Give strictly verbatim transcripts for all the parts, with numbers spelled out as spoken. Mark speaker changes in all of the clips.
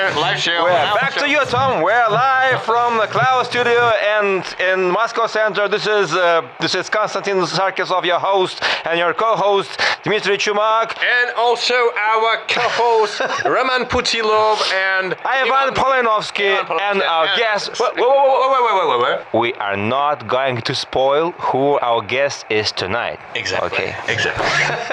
Speaker 1: our live show.
Speaker 2: We're back to you, Tom. We're live from the Cloud Studio and in Moscow Center. This is uh, this is Konstantin Sarkisov, your host, and your co-host Dmitry Chumak,
Speaker 1: and also our co-host Roman Putilov and
Speaker 2: Ivan Polinovsky, and our
Speaker 1: and
Speaker 2: guest.
Speaker 1: Wait, wait, wait, wait, wait, wait, wait.
Speaker 2: We are not going to spoil who our guest is tonight.
Speaker 1: Exactly.
Speaker 2: Okay.
Speaker 1: Exactly.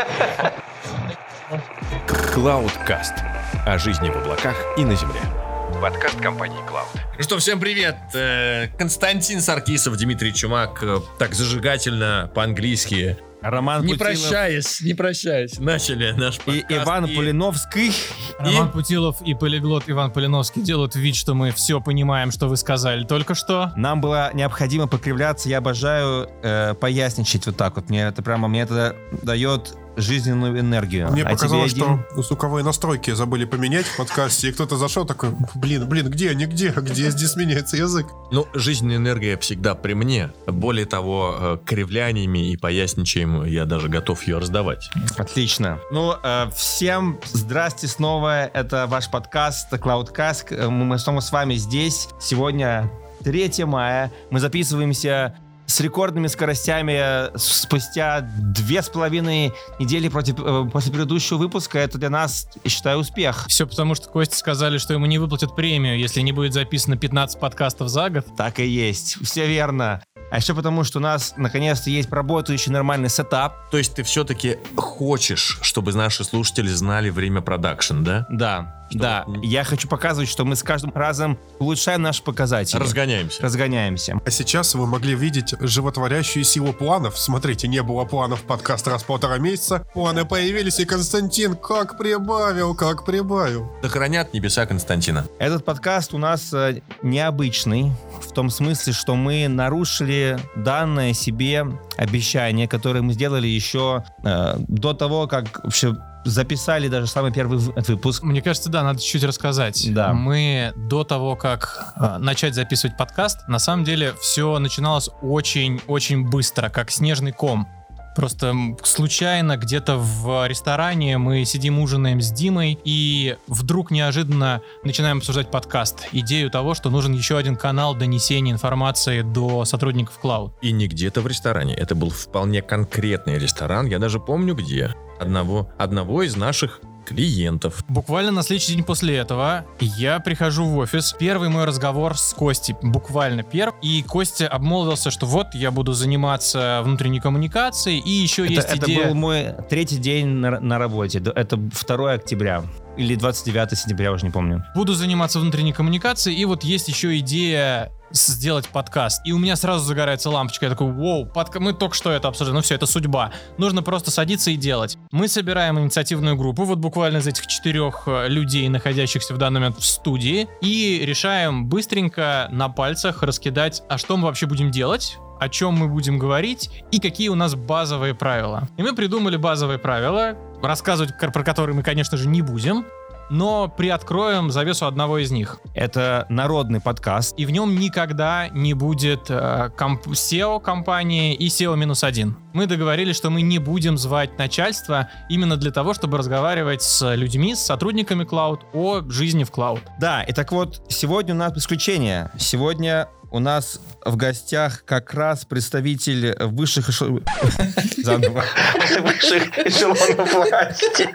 Speaker 3: Cloudcast. О жизни в облаках и на земле. Подкаст компании Cloud.
Speaker 4: Ну что, всем привет. Константин Саркисов, Дмитрий Чумак. Так зажигательно, по-английски.
Speaker 3: Роман
Speaker 4: Не
Speaker 3: Путилов.
Speaker 4: прощаясь, не прощаясь. Начали наш подкаст.
Speaker 3: И Иван и... Полиновский.
Speaker 5: Роман Путилов и полиглот Иван Полиновский делают вид, что мы все понимаем, что вы сказали только что.
Speaker 3: Нам было необходимо покривляться. Я обожаю э, поясничать вот так вот. Мне это прямо, мне это дает жизненную энергию.
Speaker 6: Мне
Speaker 3: а
Speaker 6: показалось,
Speaker 3: тебе,
Speaker 6: что
Speaker 3: Дим...
Speaker 6: звуковые настройки забыли поменять в подкасте, и кто-то зашел такой, блин, блин, где, нигде, где здесь меняется язык?
Speaker 4: Ну, жизненная энергия всегда при мне. Более того, кривляниями и поясничаем я даже готов ее раздавать.
Speaker 3: Отлично. Ну, э, всем здрасте снова. Это ваш подкаст Cloudcast. Мы снова с вами здесь. Сегодня третьего мая. Мы записываемся с рекордными скоростями спустя две с половиной недели против, э, после предыдущего выпуска. Это для нас, я считаю, успех.
Speaker 5: Все потому, что Косте сказали, что ему не выплатят премию, если не будет записано пятнадцать подкастов за год.
Speaker 3: Так и есть. Все верно. А еще потому, что у нас наконец-то есть работающий нормальный сетап.
Speaker 4: То есть ты все-таки хочешь, чтобы наши слушатели знали время продакшн, да?
Speaker 3: Да.
Speaker 4: Что?
Speaker 3: Да, я хочу показывать, что мы с каждым разом улучшаем наши показатели.
Speaker 4: Разгоняемся.
Speaker 3: Разгоняемся.
Speaker 6: А сейчас вы могли видеть животворящую силу планов. Смотрите, не было планов подкаст раз в полтора месяца. Планы появились, и Константин как прибавил, как прибавил.
Speaker 4: Да хранят небеса Константина.
Speaker 3: Этот подкаст у нас э, необычный, в том смысле, что мы нарушили данное себе обещание, которое мы сделали еще э, до того, как вообще записали даже самый первый выпуск.
Speaker 5: Мне кажется, да, надо чуть-чуть рассказать.
Speaker 3: Да.
Speaker 5: Мы до того, как э, начать записывать подкаст, на самом деле все начиналось очень-очень быстро, как снежный ком. Просто случайно где-то в ресторане мы сидим, ужинаем с Димой, и вдруг неожиданно начинаем обсуждать подкаст. Идею того, что нужен еще один канал донесения информации до сотрудников Cloud.
Speaker 4: И не где-то в ресторане. Это был вполне конкретный ресторан. Я даже помню где. Одного, одного из наших клиентов.
Speaker 5: Буквально на следующий день после этого я прихожу в офис. Первый мой разговор с Костей, буквально первый. И Костя обмолвился, что вот я буду заниматься внутренней коммуникацией, и еще
Speaker 3: это,
Speaker 5: есть
Speaker 3: это
Speaker 5: идея...
Speaker 3: был мой третий день на, на работе. Это второго октября. Или двадцать девятого сентября, уже не помню.
Speaker 5: Буду заниматься внутренней коммуникацией, и вот есть еще идея сделать подкаст. И у меня сразу загорается лампочка. Я такой, воу, подка... мы только что это обсуждали. Ну все, это судьба. Нужно просто садиться и делать. Мы собираем инициативную группу, вот буквально из этих четырех людей, находящихся в данный момент в студии, и решаем быстренько на пальцах раскидать, а что мы вообще будем делать, о чем мы будем говорить и какие у нас базовые правила. И мы придумали базовые правила, рассказывать про которые мы, конечно же, не будем, но приоткроем завесу одного из них.
Speaker 3: Это народный подкаст.
Speaker 5: И в нем никогда не будет э, комп- сео компании и сео минус один. Мы договорились, что мы не будем звать начальство именно для того, чтобы разговаривать с людьми, с сотрудниками Cloud о жизни в Cloud.
Speaker 3: Да, и так вот, сегодня у нас исключение. Сегодня у нас в гостях как раз представитель высших эшелонов... Заново.
Speaker 2: Высших эшелонов власти.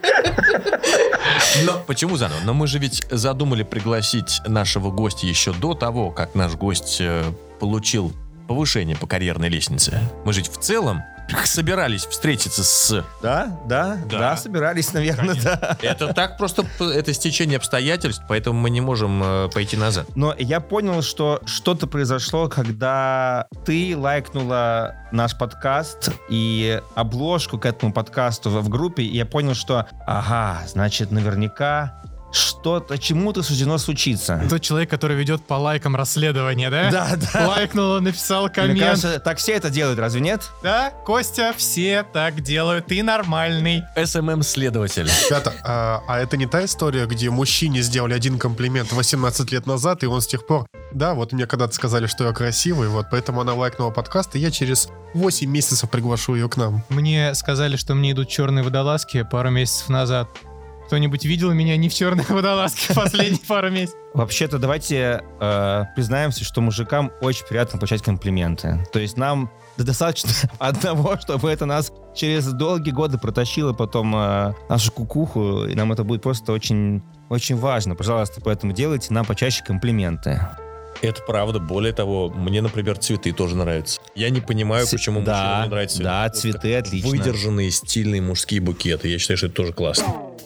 Speaker 4: Но почему заново? Но мы же ведь задумали пригласить нашего гостя еще до того, как наш гость э, получил повышение по карьерной лестнице. Мы же в целом собирались встретиться с...
Speaker 3: Да, да, да,
Speaker 4: Да.
Speaker 3: собирались, наверное, да.
Speaker 4: Это так просто, это стечение обстоятельств, поэтому мы не можем э, пойти назад.
Speaker 3: Но я понял, что что-то произошло, когда ты лайкнула наш подкаст и обложку к этому подкасту в группе, и я понял, что, ага, значит, наверняка что-то, чему-то суждено случиться.
Speaker 5: Тот человек, который ведет по лайкам расследование, да?
Speaker 3: Да, да.
Speaker 5: Лайкнул, написал
Speaker 3: Мне
Speaker 5: коммент.
Speaker 3: кажется, так все это делают, разве нет?
Speaker 5: Да, Костя, все так делают, ты нормальный.
Speaker 4: эс эм эм-следователь.
Speaker 6: Ребята, а, а это не та история, где мужчине сделали один комплимент восемнадцать лет назад, и он с тех пор... Да, вот мне когда-то сказали, что я красивый, вот поэтому она лайкнула подкаст, и я через восемь месяцев приглашу ее к нам.
Speaker 5: Мне сказали, что мне идут черные водолазки пару месяцев назад. Кто-нибудь видел меня не в черной водолазке в последние пару месяцев?
Speaker 3: Вообще-то давайте э, признаемся, что мужикам очень приятно получать комплименты. То есть нам достаточно одного, чтобы это нас через долгие годы протащило потом э, нашу кукуху, и нам это будет просто очень, очень важно. Пожалуйста, поэтому делайте нам почаще комплименты.
Speaker 4: Это правда. Более того, мне, например, цветы тоже нравятся. Я не понимаю,
Speaker 3: Ц-
Speaker 4: почему
Speaker 3: да,
Speaker 4: мужчинам не нравятся
Speaker 3: да,
Speaker 4: вот
Speaker 3: цветы отлично.
Speaker 4: выдержанные, стильные мужские букеты. Я считаю, что это тоже классно.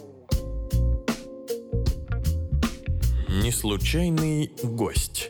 Speaker 4: Неслучайный гость.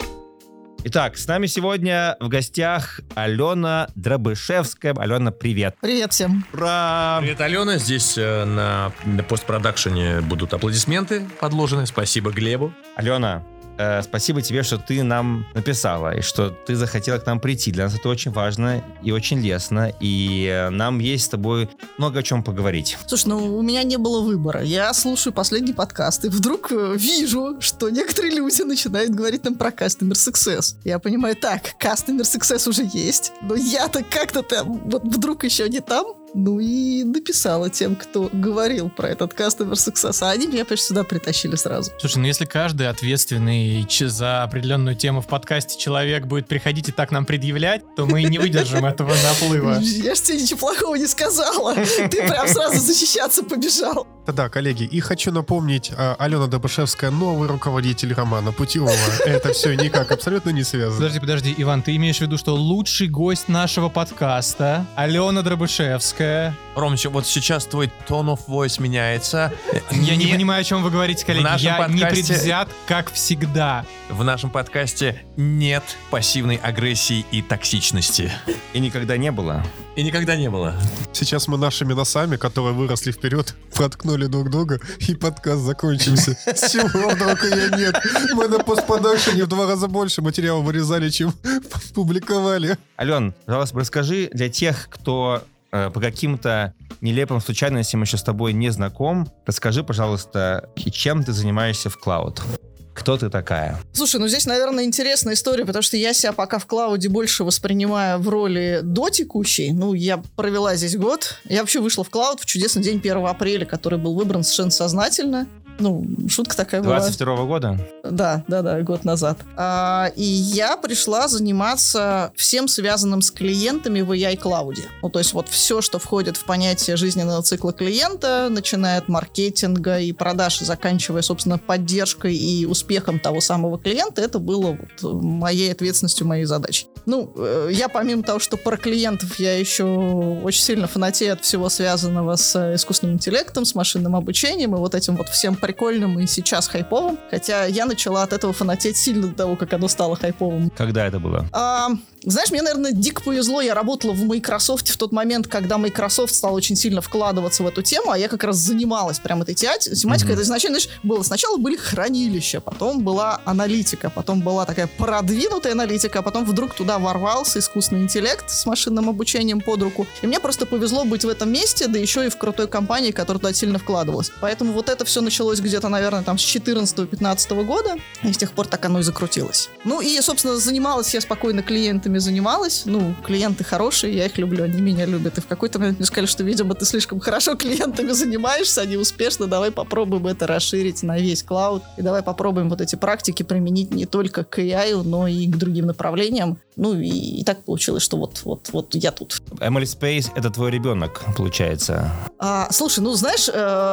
Speaker 3: Итак, с нами сегодня в гостях Алена Дробышевская. Алена, привет.
Speaker 7: Привет всем.
Speaker 3: Ура!
Speaker 4: Привет, Алена. Здесь э, на, на постпродакшене будут аплодисменты подложены. Спасибо Глебу.
Speaker 3: Алена, э, спасибо тебе, что ты нам написала, и что ты захотела к нам прийти. Для нас это очень важно и очень лестно, и э, нам есть с тобой много о чем поговорить.
Speaker 7: Слушай, ну у меня не было выбора. Я слушаю последний подкаст, и вдруг э, вижу, что некоторые люди начинают говорить нам про Customer Success. Я понимаю, так, Customer Success уже есть, но я-то как-то там вот вдруг еще не там. Ну и написала тем, кто говорил про этот Customer Success. А они меня, конечно, сюда притащили сразу.
Speaker 5: Слушай, ну если каждый ответственный ч- за определенную тему в подкасте человек будет приходить и так нам предъявлять, то мы и не выдержим этого наплыва.
Speaker 7: Я ж тебе ничего плохого не сказала. Ты прям сразу защищаться побежал.
Speaker 6: Да, коллеги, и хочу напомнить, а, Алена Дробышевская, новый руководитель романа Путилова. Это все никак абсолютно не связано.
Speaker 5: Подожди, подожди, Иван, ты имеешь в виду, что лучший гость нашего подкаста Алена Дробышевская?
Speaker 4: Ромыч, вот сейчас твой tone of voice меняется.
Speaker 5: Я не понимаю, о чем вы говорите, коллеги.
Speaker 4: В нашем
Speaker 5: Я не
Speaker 4: подкасте-
Speaker 5: предвзят, как всегда.
Speaker 4: В нашем подкасте нет пассивной агрессии и токсичности.
Speaker 3: И никогда не было.
Speaker 4: И никогда не было.
Speaker 6: Сейчас мы нашими носами, которые выросли вперед, проткнули друг друга, и подкаст закончился. С чего вдруг ее нет? Мы на постпродакшене в два раза больше материала вырезали, чем публиковали.
Speaker 3: Ален, пожалуйста, расскажи для тех, кто э, по каким-то нелепым случайностям еще с тобой не знаком, расскажи, пожалуйста, и чем ты занимаешься в Cloud? Кто ты такая?
Speaker 7: Слушай, ну здесь, наверное, интересная история, потому что я себя пока в клауде больше воспринимаю в роли до текущей. Ну, я провела здесь год. Я вообще вышла в клауд в чудесный день первого апреля, который был выбран совершенно сознательно. Ну, шутка такая была.
Speaker 3: двадцать второго года?
Speaker 7: Да, да, да, год назад. А, и я пришла заниматься всем связанным с клиентами в эй ай-клауде. Ну, то есть вот все, что входит в понятие жизненного цикла клиента, начиная от маркетинга и продаж, и заканчивая, собственно, поддержкой и успехом того самого клиента, это было вот моей ответственностью, моей задачей. Ну, э, я помимо того, что про клиентов, я еще очень сильно фанатею от всего связанного с искусственным интеллектом, с машинным обучением и вот этим вот всем прикольным и сейчас хайповым. Хотя я начала от этого фанатеть сильно до того, как оно стало хайповым.
Speaker 3: Когда это было?
Speaker 7: А, знаешь, мне, наверное, дико повезло. Я работала в Microsoft в тот момент, когда Microsoft стал очень сильно вкладываться в эту тему, а я как раз занималась прям этой тематикой. Тематика
Speaker 3: Мгм.
Speaker 7: это изначально, знаешь, было. Сначала были хранилища, потом была аналитика, потом была такая продвинутая аналитика, а потом вдруг туда ворвался искусственный интеллект с машинным обучением под руку. И мне просто повезло быть в этом месте, да еще и в крутой компании, которая туда сильно вкладывалась. Поэтому вот это все началось где-то, наверное, там с четырнадцатого-пятнадцатого года, и с тех пор так оно и закрутилось. Ну и, собственно, занималась я спокойно клиентами, занималась. Ну, клиенты хорошие, я их люблю, они меня любят. И в какой-то момент мне сказали, что, видимо, ты слишком хорошо клиентами занимаешься, они успешно, давай попробуем это расширить на весь клауд. И давай попробуем вот эти практики применить не только к эй ай, но и к другим направлениям. Ну и, и так получилось, что вот, вот, вот я тут.
Speaker 3: эм эл Space — это твой ребенок, получается.
Speaker 7: А, слушай, ну знаешь,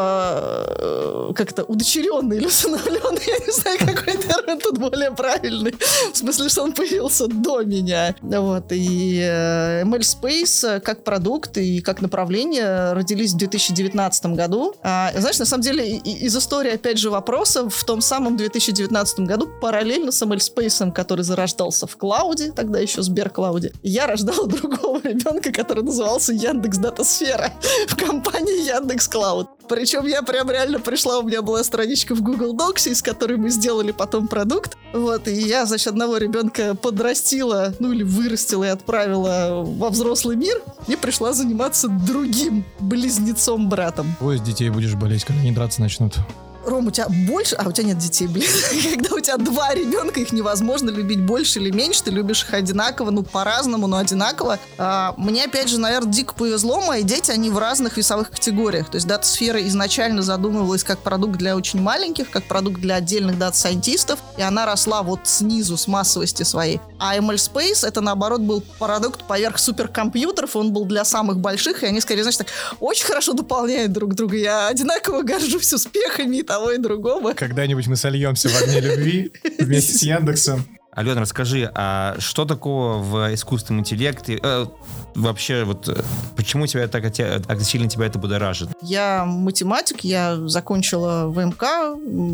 Speaker 7: э, как это, удочеренный или усыновленный, я не знаю, какой термин тут более правильный. В смысле, что он появился до меня. Вот, и э, эм эл Space как продукт и как направление родились в две тысячи девятнадцатом году. А, знаешь, на самом деле, и- из истории, опять же, вопроса, в том самом две тысячи девятнадцатом году, параллельно с эм эл Space, который зарождался в клауде, тогда еще Сберклауде, я рождала другого ребенка, который назывался Яндекс Датасфера в компании Яндекс Клауд. Причем я прям реально пришла, у меня была страничка в Google Docs, из которой мы сделали потом продукт. Вот, и я, значит, одного ребенка подрастила, ну или вырастила и отправила во взрослый мир, и пришла заниматься другим близнецом-братом.
Speaker 5: Двое из детей будешь болеть, когда они драться начнут.
Speaker 7: Ром, у тебя больше... А, у тебя нет детей, блин. Когда у тебя два ребенка, их невозможно любить больше или меньше. Ты любишь их одинаково, ну, по-разному, но одинаково. А, мне, опять же, наверное, дико повезло. Мои дети, они в разных весовых категориях. То есть дата-сфера изначально задумывалась как продукт для очень маленьких, как продукт для отдельных дата-сайентистов. И она росла вот снизу, с массовости своей. А эм эл Space, это, наоборот, был продукт поверх суперкомпьютеров. Он был для самых больших. И они, скорее, значит, так очень хорошо дополняют друг друга. Я одинаково горжусь успехами того и другого.
Speaker 5: Когда-нибудь мы сольемся в огне любви вместе с Яндексом.
Speaker 3: Алена, расскажи, а что такого в искусственном интеллекте? Э, вообще, вот э, почему тебя так, так сильно тебя это будоражит?
Speaker 7: Я математик, я закончила вэ эм ка.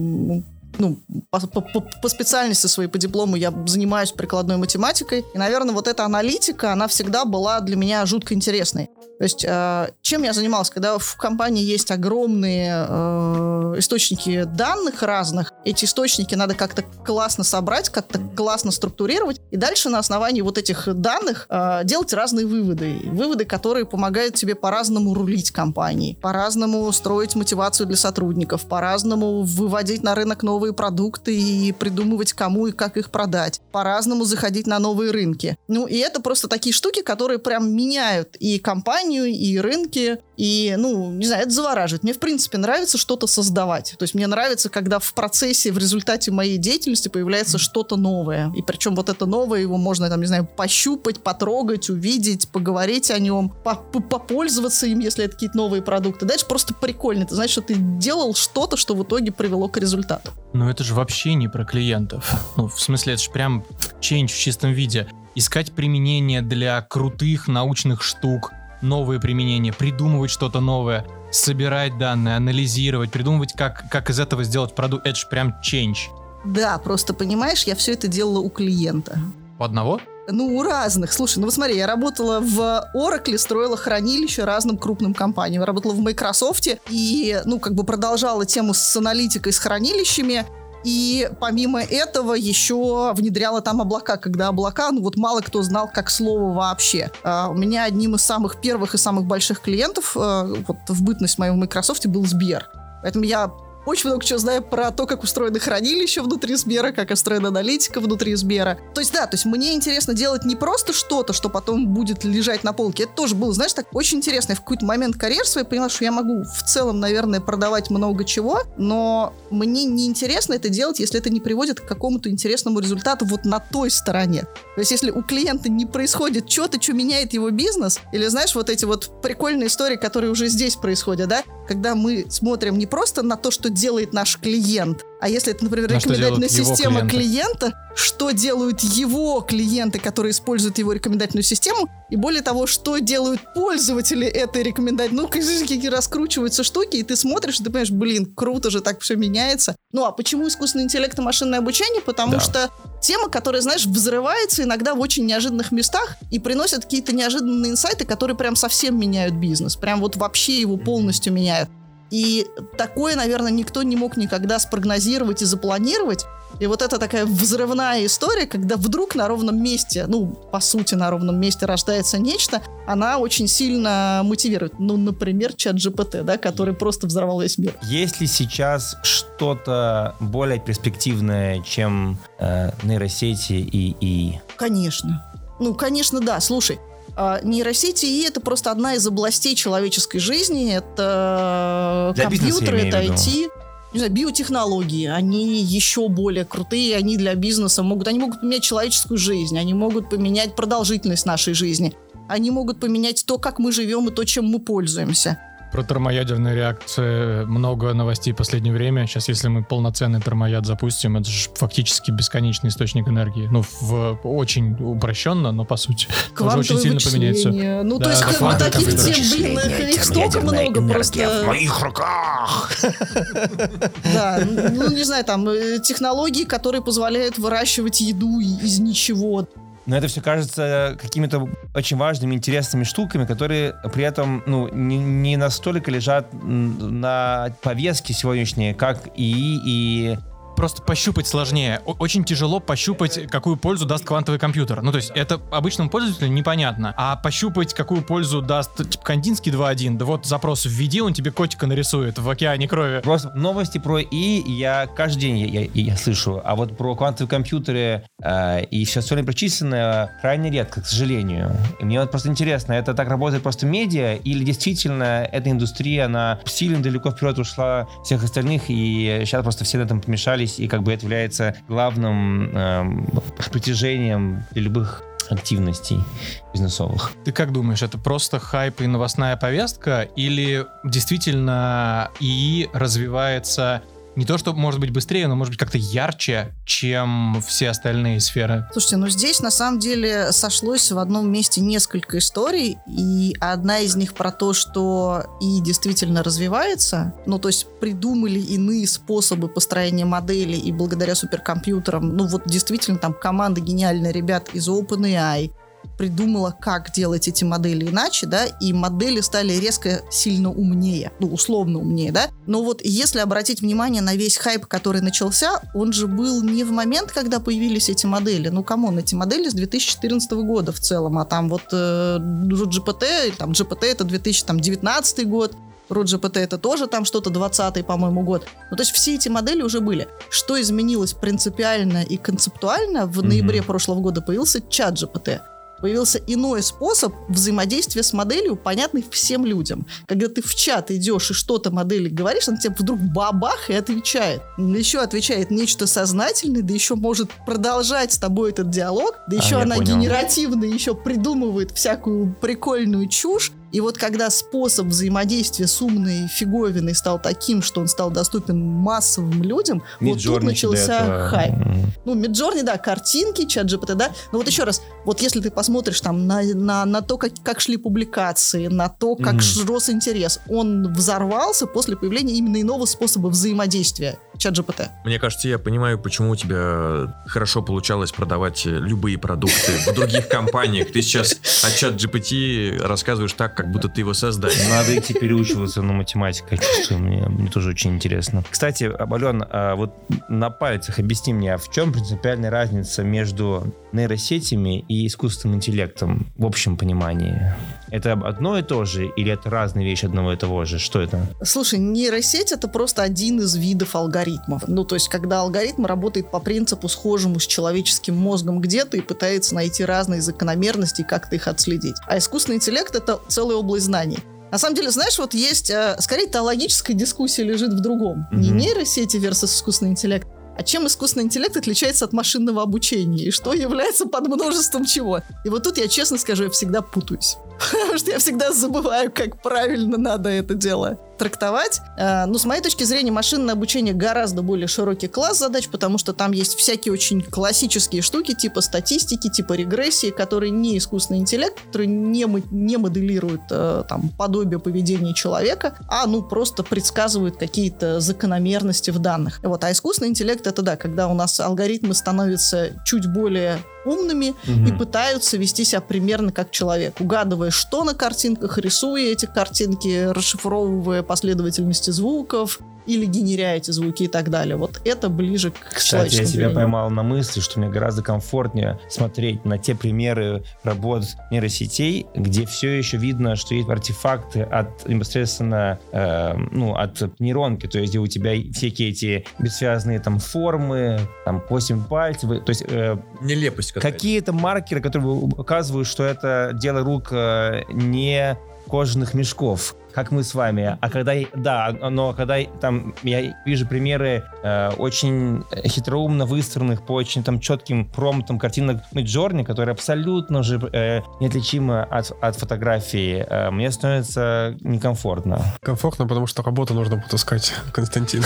Speaker 7: Ну, по, по, по специальности своей, по диплому я занимаюсь прикладной математикой. И, наверное, вот эта аналитика, она всегда была для меня жутко интересной. То есть, э, чем я занималась? Когда в компании есть огромные э, источники данных разных, эти источники надо как-то классно собрать, как-то классно структурировать, и дальше на основании вот этих данных э, делать разные выводы. Выводы, которые помогают тебе по-разному рулить компанией, по-разному строить мотивацию для сотрудников, по-разному выводить на рынок новые продукты и придумывать, кому и как их продать, по-разному заходить на новые рынки. Ну, и это просто такие штуки, которые прям меняют и компанию, и рынки, и, ну, не знаю, это завораживает. Мне, в принципе, нравится что-то создавать. То есть мне нравится, когда в процессе, в результате моей деятельности появляется что-то новое. И причем вот это новое, его можно, там, не знаю, пощупать, потрогать, увидеть, поговорить о нем, попользоваться им, если это какие-то новые продукты. Дальше просто прикольно. Ты знаешь, что ты делал что-то, что в итоге привело к результату.
Speaker 5: Но это же вообще не про клиентов. Ну, в смысле, это же прям change в чистом виде. Искать применение для крутых научных штук, новые применения, придумывать что-то новое, собирать данные, анализировать, придумывать, как, как из этого сделать продукт. Это же прям change.
Speaker 7: Да, просто, понимаешь, я все это делала у клиента.
Speaker 5: У одного?
Speaker 7: Ну, у разных. Слушай, ну вот смотри, я работала в Oracle, строила хранилище разным крупным компаниям. Я работала в Microsoft и, ну, как бы продолжала тему с аналитикой, с хранилищами. И помимо этого еще внедряла там облака, когда облака, ну вот мало кто знал как слово вообще. А, у меня одним из самых первых и самых больших клиентов а, вот в бытность мою в Microsoft был Сбер. Поэтому я очень много чего знаю про то, как устроено хранилище внутри Сбера, как устроена аналитика внутри Сбера. То есть, да, то есть мне интересно делать не просто что-то, что потом будет лежать на полке. Это тоже было, знаешь, так очень интересно. Я в какой-то момент карьеры своей поняла, что я могу в целом, наверное, продавать много чего, но мне не интересно это делать, если это не приводит к какому-то интересному результату вот на той стороне. То есть, если у клиента не происходит что-то, что меняет его бизнес, или, знаешь, вот эти вот прикольные истории, которые уже здесь происходят, да, когда мы смотрим не просто на то, что делает наш клиент, а если это, например,
Speaker 5: на
Speaker 7: рекомендательная система
Speaker 5: клиенты.
Speaker 7: клиента, что делают его клиенты, которые используют его рекомендательную систему, и более того, что делают пользователи этой рекомендательной, ну, какие раскручиваются штуки, и ты смотришь, и ты понимаешь, блин, круто же, так все меняется. Ну, а почему искусственный интеллект и машинное обучение? Потому
Speaker 3: Да.
Speaker 7: что тема, которая, знаешь, взрывается иногда в очень неожиданных местах и приносит какие-то неожиданные инсайты, которые прям совсем меняют бизнес, прям вот вообще его полностью меняют. И такое, наверное, никто не мог никогда спрогнозировать и запланировать. И вот это такая взрывная история, когда вдруг на ровном месте, ну, по сути, на ровном месте рождается нечто, она очень сильно мотивирует. Ну, например, чат джи пи ти, да, который просто взорвал весь мир.
Speaker 3: Есть ли сейчас что-то более перспективное, чем э, нейросети и ИИ?
Speaker 7: Конечно. Ну, конечно, да. Слушай, а, нейросети и это просто одна из областей человеческой жизни. Это
Speaker 3: Для бизнеса,
Speaker 7: компьютеры,
Speaker 3: я
Speaker 7: это
Speaker 3: имею в виду.
Speaker 7: ай ти. Не знаю, биотехнологии, они еще более крутые, они для бизнеса могут, они могут поменять человеческую жизнь, они могут поменять продолжительность нашей жизни, они могут поменять то, как мы живем и то, чем мы пользуемся.
Speaker 5: Про термоядерные реакции много новостей в последнее время. Сейчас, если мы полноценный термояд запустим, это же фактически бесконечный источник энергии. Ну, в, очень упрощенно, но по сути. Тоже очень сильно поменяется.
Speaker 7: Ну,
Speaker 5: Да,
Speaker 7: то есть,
Speaker 5: да,
Speaker 7: как бы
Speaker 5: квантовое
Speaker 7: таких тем,
Speaker 3: вычисление,
Speaker 7: блин, их столько много просто.
Speaker 3: В моих руках!
Speaker 7: Да, ну, не знаю, там, э, технологии, которые позволяют выращивать еду и- из ничего.
Speaker 3: Но это все кажется какими-то очень важными, интересными штуками, которые при этом ну, не, не настолько лежат м, на повестке сегодняшней, как ИИ и
Speaker 5: просто пощупать сложнее. О- очень тяжело пощупать, какую пользу даст квантовый компьютер. Ну, то есть это обычному пользователю непонятно. А пощупать, какую пользу даст типа, Кандинский два точка один, да вот запрос введи, он тебе котика нарисует в океане крови.
Speaker 3: Просто новости про ИИ я каждый день я, я, я слышу, а вот про квантовые компьютеры э, и все остальное причисленное крайне редко, к сожалению. И мне вот просто интересно, это так работает просто медиа, или действительно эта индустрия, она сильно далеко вперед ушла всех остальных, и сейчас просто все на этом помешались, и как бы это является главным э, притяжением для любых активностей бизнесовых.
Speaker 5: Ты как думаешь, это просто хайп и новостная повестка, или действительно ИИ развивается не то, что может быть быстрее, но может быть как-то ярче, чем все остальные сферы?
Speaker 7: Слушайте, ну здесь на самом деле сошлось в одном месте несколько историй, и одна из них про то, что ИИ действительно развивается, ну то есть придумали иные способы построения моделей, и благодаря суперкомпьютерам, ну вот действительно там команда гениальных ребят из OpenAI придумала, как делать эти модели иначе, да, и модели стали резко сильно умнее, ну, условно умнее, да. Но вот если обратить внимание на весь хайп, который начался, он же был не в момент, когда появились эти модели. Ну, камон, эти модели с две тысячи четырнадцатого года в целом, а там вот э, джи пи ти, там джи пи ти это две тысячи девятнадцатый год, RoadGPT это тоже там что-то двадцатый, по-моему, год. Ну, то есть все эти модели уже были. Что изменилось принципиально и концептуально? В mm-hmm. ноябре прошлого года появился ChatGPT. Появился иной способ взаимодействия с моделью, понятный всем людям. Когда ты в чат идешь и что-то модели говоришь, она тебе вдруг бабах и отвечает. Еще отвечает нечто сознательное, да еще может продолжать с тобой этот диалог, да еще
Speaker 3: а,
Speaker 7: она
Speaker 3: понял.
Speaker 7: генеративно еще придумывает всякую прикольную чушь. И вот когда способ взаимодействия с умной фиговиной стал таким, что он стал доступен массовым людям,
Speaker 3: Midjourney
Speaker 7: вот тут начался
Speaker 3: этого...
Speaker 7: хайп. Ну, Midjourney, да, картинки, ChatGPT, да. Но вот еще раз, вот если ты посмотришь там на, на, на то, как, как шли публикации, на то, как mm-hmm. рос интерес, он взорвался после появления именно иного способа взаимодействия ChatGPT.
Speaker 4: Мне кажется, я понимаю, почему у тебя хорошо получалось продавать любые продукты в других компаниях. Ты сейчас о ChatGPT рассказываешь так, как будто ты его создал.
Speaker 3: Надо идти переучиваться на математику, я чувствую, мне, мне тоже очень интересно. Кстати, Ален, а вот на пальцах объясни мне, а в чем принципиальная разница между нейросетями и искусственным интеллектом в общем понимании? Это одно и то же или это разные вещи одного и того же? Что это?
Speaker 7: Слушай, нейросеть — это просто один из видов алгоритмов. Ну, то есть, когда алгоритм работает по принципу, схожему с человеческим мозгом где-то и пытается найти разные закономерности и как-то их отследить. А искусственный интеллект — это целая область знаний. На самом деле, знаешь, вот есть, э, скорее, теологическая дискуссия лежит в другом. Mm-hmm. Не нейросети versus искусственный интеллект, а чем искусственный интеллект отличается от машинного обучения? И что является под множеством чего? И вот тут я, честно скажу, я всегда путаюсь. Потому что я всегда забываю, как правильно надо это дело трактовать. А, ну, с моей точки зрения, машинное обучение гораздо более широкий класс задач, потому что там есть всякие очень классические штуки, типа статистики, типа регрессии, которые не искусственный интеллект, которые не, не моделируют э, там, подобие поведения человека, а ну просто предсказывают какие-то закономерности в данных. Вот. А искусственный интеллект — это, да, когда у нас алгоритмы становятся чуть более умными mm-hmm. и пытаются вести себя примерно как человек, угадывая, что на картинках, рисуя эти картинки, расшифровывая последовательности звуков или генеря эти звуки и так далее. Вот это ближе к
Speaker 3: Кстати,
Speaker 7: человеческому
Speaker 3: я себя
Speaker 7: зрению.
Speaker 3: поймал на мысли, что мне гораздо комфортнее смотреть на те примеры работ нейросетей, где все еще видно, что есть артефакты от непосредственно э, ну, от нейронки, то есть где у тебя всякие эти бессвязные там формы, там восемь пальцев, то есть э,
Speaker 4: Нелепость какая-то.
Speaker 3: какие-то маркеры, которые указывают, что это дело рук э, не кожаных мешков, как мы с вами. А когда, да, но когда там я вижу примеры э, очень хитроумно выстроенных по очень там четким промптам картинок Midjourney, которые абсолютно уже э, неотличимы от, от фотографии, э, мне становится некомфортно.
Speaker 6: Комфортно, потому что работу нужно потаскать, Константин.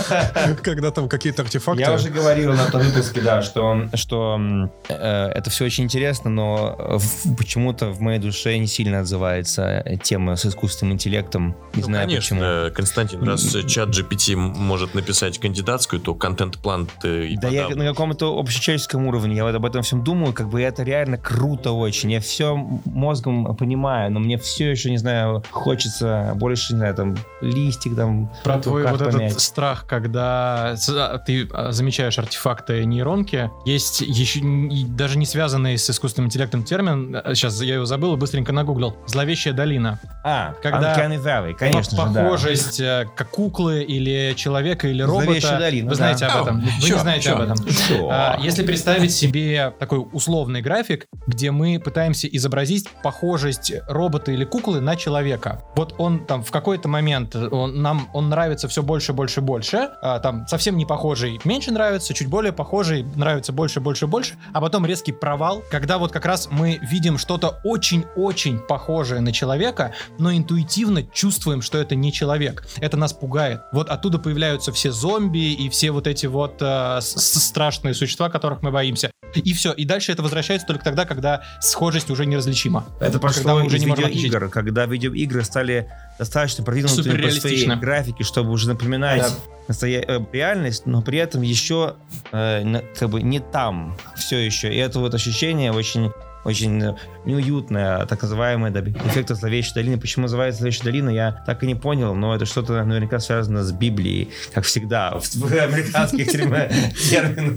Speaker 6: Когда там какие-то артефакты...
Speaker 3: Я уже говорил на том выпуске, да, что, что э, это все очень интересно, но в, почему-то в моей душе не сильно отзывается тема с искусственным интеллектом интеллектом. Не
Speaker 4: Ну,
Speaker 3: знаю
Speaker 4: конечно,
Speaker 3: почему.
Speaker 4: Константин, раз чат джи пи ти может написать кандидатскую, то контент-план ты и
Speaker 3: Да я
Speaker 4: подавно.
Speaker 3: на каком-то общечеловеческом уровне, я вот об этом всем думаю, как бы это реально круто очень. Я все мозгом понимаю, но мне все еще, не знаю, хочется больше, не знаю, там, листик там.
Speaker 5: Про твой
Speaker 3: как
Speaker 5: вот
Speaker 3: помять.
Speaker 5: этот страх, когда с- а, ты а, замечаешь артефакты нейронки, есть еще не- даже не связанный с искусственным интеллектом термин, сейчас я его забыл и быстренько нагуглил, зловещая долина.
Speaker 3: А,
Speaker 5: Когда
Speaker 3: Uncanny Valley, конечно же, да.
Speaker 5: Похожесть э, как куклы или человека или робота.
Speaker 3: Зловещая долина,
Speaker 5: Вы
Speaker 3: да.
Speaker 5: знаете об этом? Вы
Speaker 4: Чё?
Speaker 5: не знаете
Speaker 4: Чё?
Speaker 5: об этом?
Speaker 3: Чё?
Speaker 5: А, Если представить себе такой условный график, где мы пытаемся изобразить похожесть робота или куклы на человека. Вот он там в какой-то момент он, нам он нравится все больше, больше, больше. А, там совсем не похожий меньше нравится, чуть более похожий нравится больше, больше, больше. А потом резкий провал, когда вот как раз мы видим что-то очень-очень похожее на человека, но интуитивно чувствуем, что это не человек. Это нас пугает. Вот оттуда появляются все зомби и все вот эти вот э, с- с- страшные существа, которых мы боимся. И все. И дальше это возвращается только тогда, когда схожесть уже неразличима.
Speaker 3: Это
Speaker 5: Когда
Speaker 3: пошло
Speaker 5: мы уже
Speaker 3: из
Speaker 5: не можем отличить.
Speaker 3: видеоигр, когда видеоигры стали достаточно продвинутыми по своей
Speaker 5: Суперреалистично.
Speaker 3: графике, чтобы уже напоминать настоя- э, реальность, но при этом еще э, на- как бы не там все еще. И это вот ощущение очень очень э, неуютное, так называемое, да, эффекта зловещей долины. Почему называется зловещая долина, я так и не понял, но это что-то наверняка связано с Библией, как всегда, в, в американских терминах.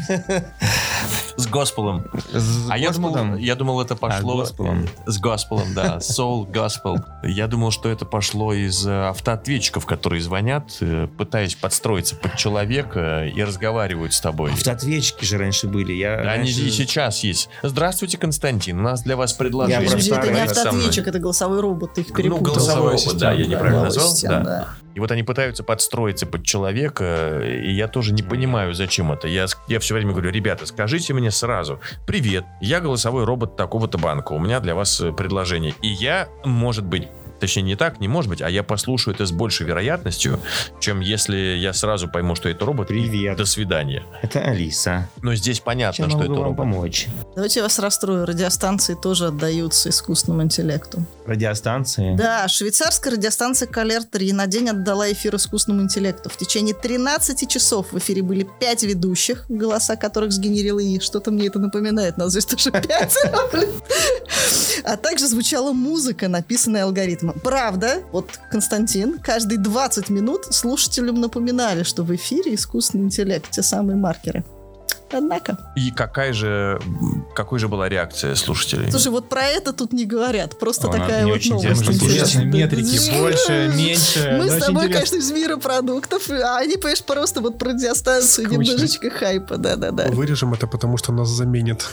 Speaker 4: С Госпелом.
Speaker 3: С
Speaker 4: А я думал,
Speaker 3: Господом.
Speaker 4: я думал, это пошло...
Speaker 3: Госпелом.
Speaker 4: С Госпелом, да. Soul Gospel. Я думал, что это пошло из э, автоответчиков, которые звонят, э, пытаясь подстроиться под человека и разговаривают с тобой.
Speaker 3: Автоответчики же раньше были. Я
Speaker 4: Да, они
Speaker 3: раньше-
Speaker 4: и сейчас есть. Здравствуйте, Константин. У нас для вас предложение.
Speaker 3: Я
Speaker 7: Подожди,
Speaker 3: просто
Speaker 7: это не
Speaker 3: это
Speaker 4: со мной.
Speaker 7: автоответчик, это голосовой робот, ты их
Speaker 4: Ну,
Speaker 7: перепутал.
Speaker 4: голосовой
Speaker 5: Голосовой
Speaker 4: робот, да, я
Speaker 5: ассистент,
Speaker 4: неправильно
Speaker 7: Голосовой
Speaker 4: назвал.
Speaker 7: ассистент,
Speaker 4: Да.
Speaker 7: да.
Speaker 4: И вот они пытаются подстроиться под человека, и я тоже не понимаю, зачем это. Я, с- я все время говорю, ребята, скажите мне сразу, привет, я голосовой робот такого-то банка, у меня для вас э, предложение. И я, может быть, точнее не так, не может быть, а я послушаю это с большей вероятностью, чем если я сразу пойму, что это робот. и
Speaker 3: Привет.
Speaker 4: До свидания.
Speaker 3: Это Алиса.
Speaker 4: Но здесь понятно,
Speaker 3: Чем
Speaker 4: что
Speaker 3: могу
Speaker 4: это
Speaker 3: вам
Speaker 4: робот.
Speaker 3: помочь?
Speaker 7: Давайте я вас расстрою. Радиостанции тоже отдаются искусственному интеллекту.
Speaker 3: Радиостанции?
Speaker 7: Да, швейцарская радиостанция Калер три на день отдала эфир искусственному интеллекту. В течение тринадцати часов в эфире были пять ведущих, голоса которых сгенерил ИИ. Что-то мне это напоминает. Нас здесь тоже пять. А также звучала музыка, написанная алгоритмом. Правда, вот Константин, каждые двадцать минут слушателям напоминали, что в эфире искусственный интеллект, те самые маркеры. Однако.
Speaker 4: И какая же, какой же была реакция слушателей?
Speaker 7: Слушай, вот про это тут не говорят. Просто
Speaker 3: О,
Speaker 7: такая
Speaker 3: мне
Speaker 7: вот
Speaker 3: очень
Speaker 7: новость.
Speaker 3: интересно слушать.
Speaker 5: Интересные метрики,
Speaker 7: Да.
Speaker 5: больше, меньше.
Speaker 7: Мы
Speaker 5: но
Speaker 7: с
Speaker 5: очень
Speaker 7: тобой,
Speaker 5: интересно.
Speaker 7: конечно, из мира продуктов, а они, понимаешь, просто вот про радиостанцию,
Speaker 5: Скучно.
Speaker 7: немножечко хайпа, да-да-да.
Speaker 6: Вырежем это, потому что нас заменят.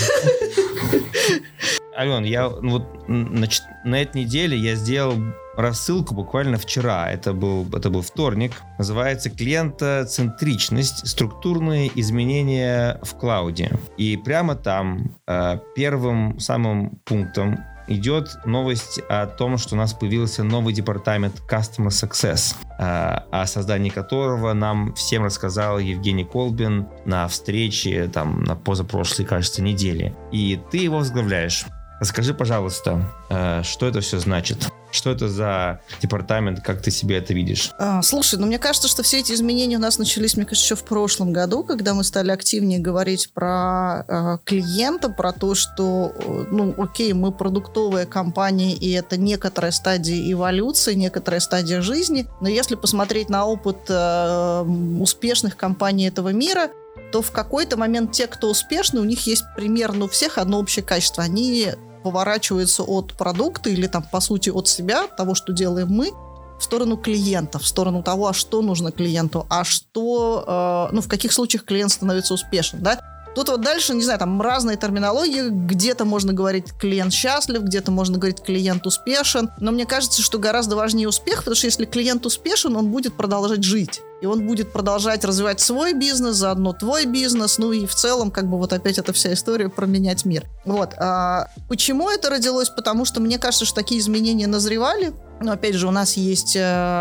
Speaker 3: Ален, я ну, вот м, на, чет- на этой неделе я сделал рассылку буквально вчера. Это был, это был вторник. Называется «Клиентоцентричность. Структурные изменения в клауде». И прямо там э, первым самым пунктом идет новость о том, что у нас появился новый департамент Customer Success, э, о создании которого нам всем рассказал Евгений Колбин на встрече там на позапрошлой, кажется, неделе. И ты его возглавляешь. Расскажи, пожалуйста, э, что это все значит? Что это за департамент? Как ты себе это видишь?
Speaker 7: А, слушай, ну мне кажется, что все эти изменения у нас начались, мне кажется, еще в прошлом году, когда мы стали активнее говорить про э, клиента, про то, что, э, ну, окей, мы продуктовая компания, и это некоторая стадия эволюции, некоторая стадия жизни, но если посмотреть на опыт э, успешных компаний этого мира, то в какой-то момент те, кто успешны, у них есть примерно у всех одно общее качество. Они поворачиваются от продукта или там, по сути, от себя, того, что делаем мы, в сторону клиента, в сторону того, а что нужно клиенту, а что, э, ну, в каких случаях клиент становится успешным, да. Тут вот дальше, не знаю, там разные терминологии, где-то можно говорить клиент счастлив, где-то можно говорить клиент успешен, но мне кажется, что гораздо важнее успех, потому что если клиент успешен, он будет продолжать жить. и он будет продолжать развивать свой бизнес, заодно твой бизнес, ну и в целом, как бы вот опять эта вся история про менять мир. Вот. А почему это родилось? Потому что мне кажется, что такие изменения назревали. Но опять же, у нас есть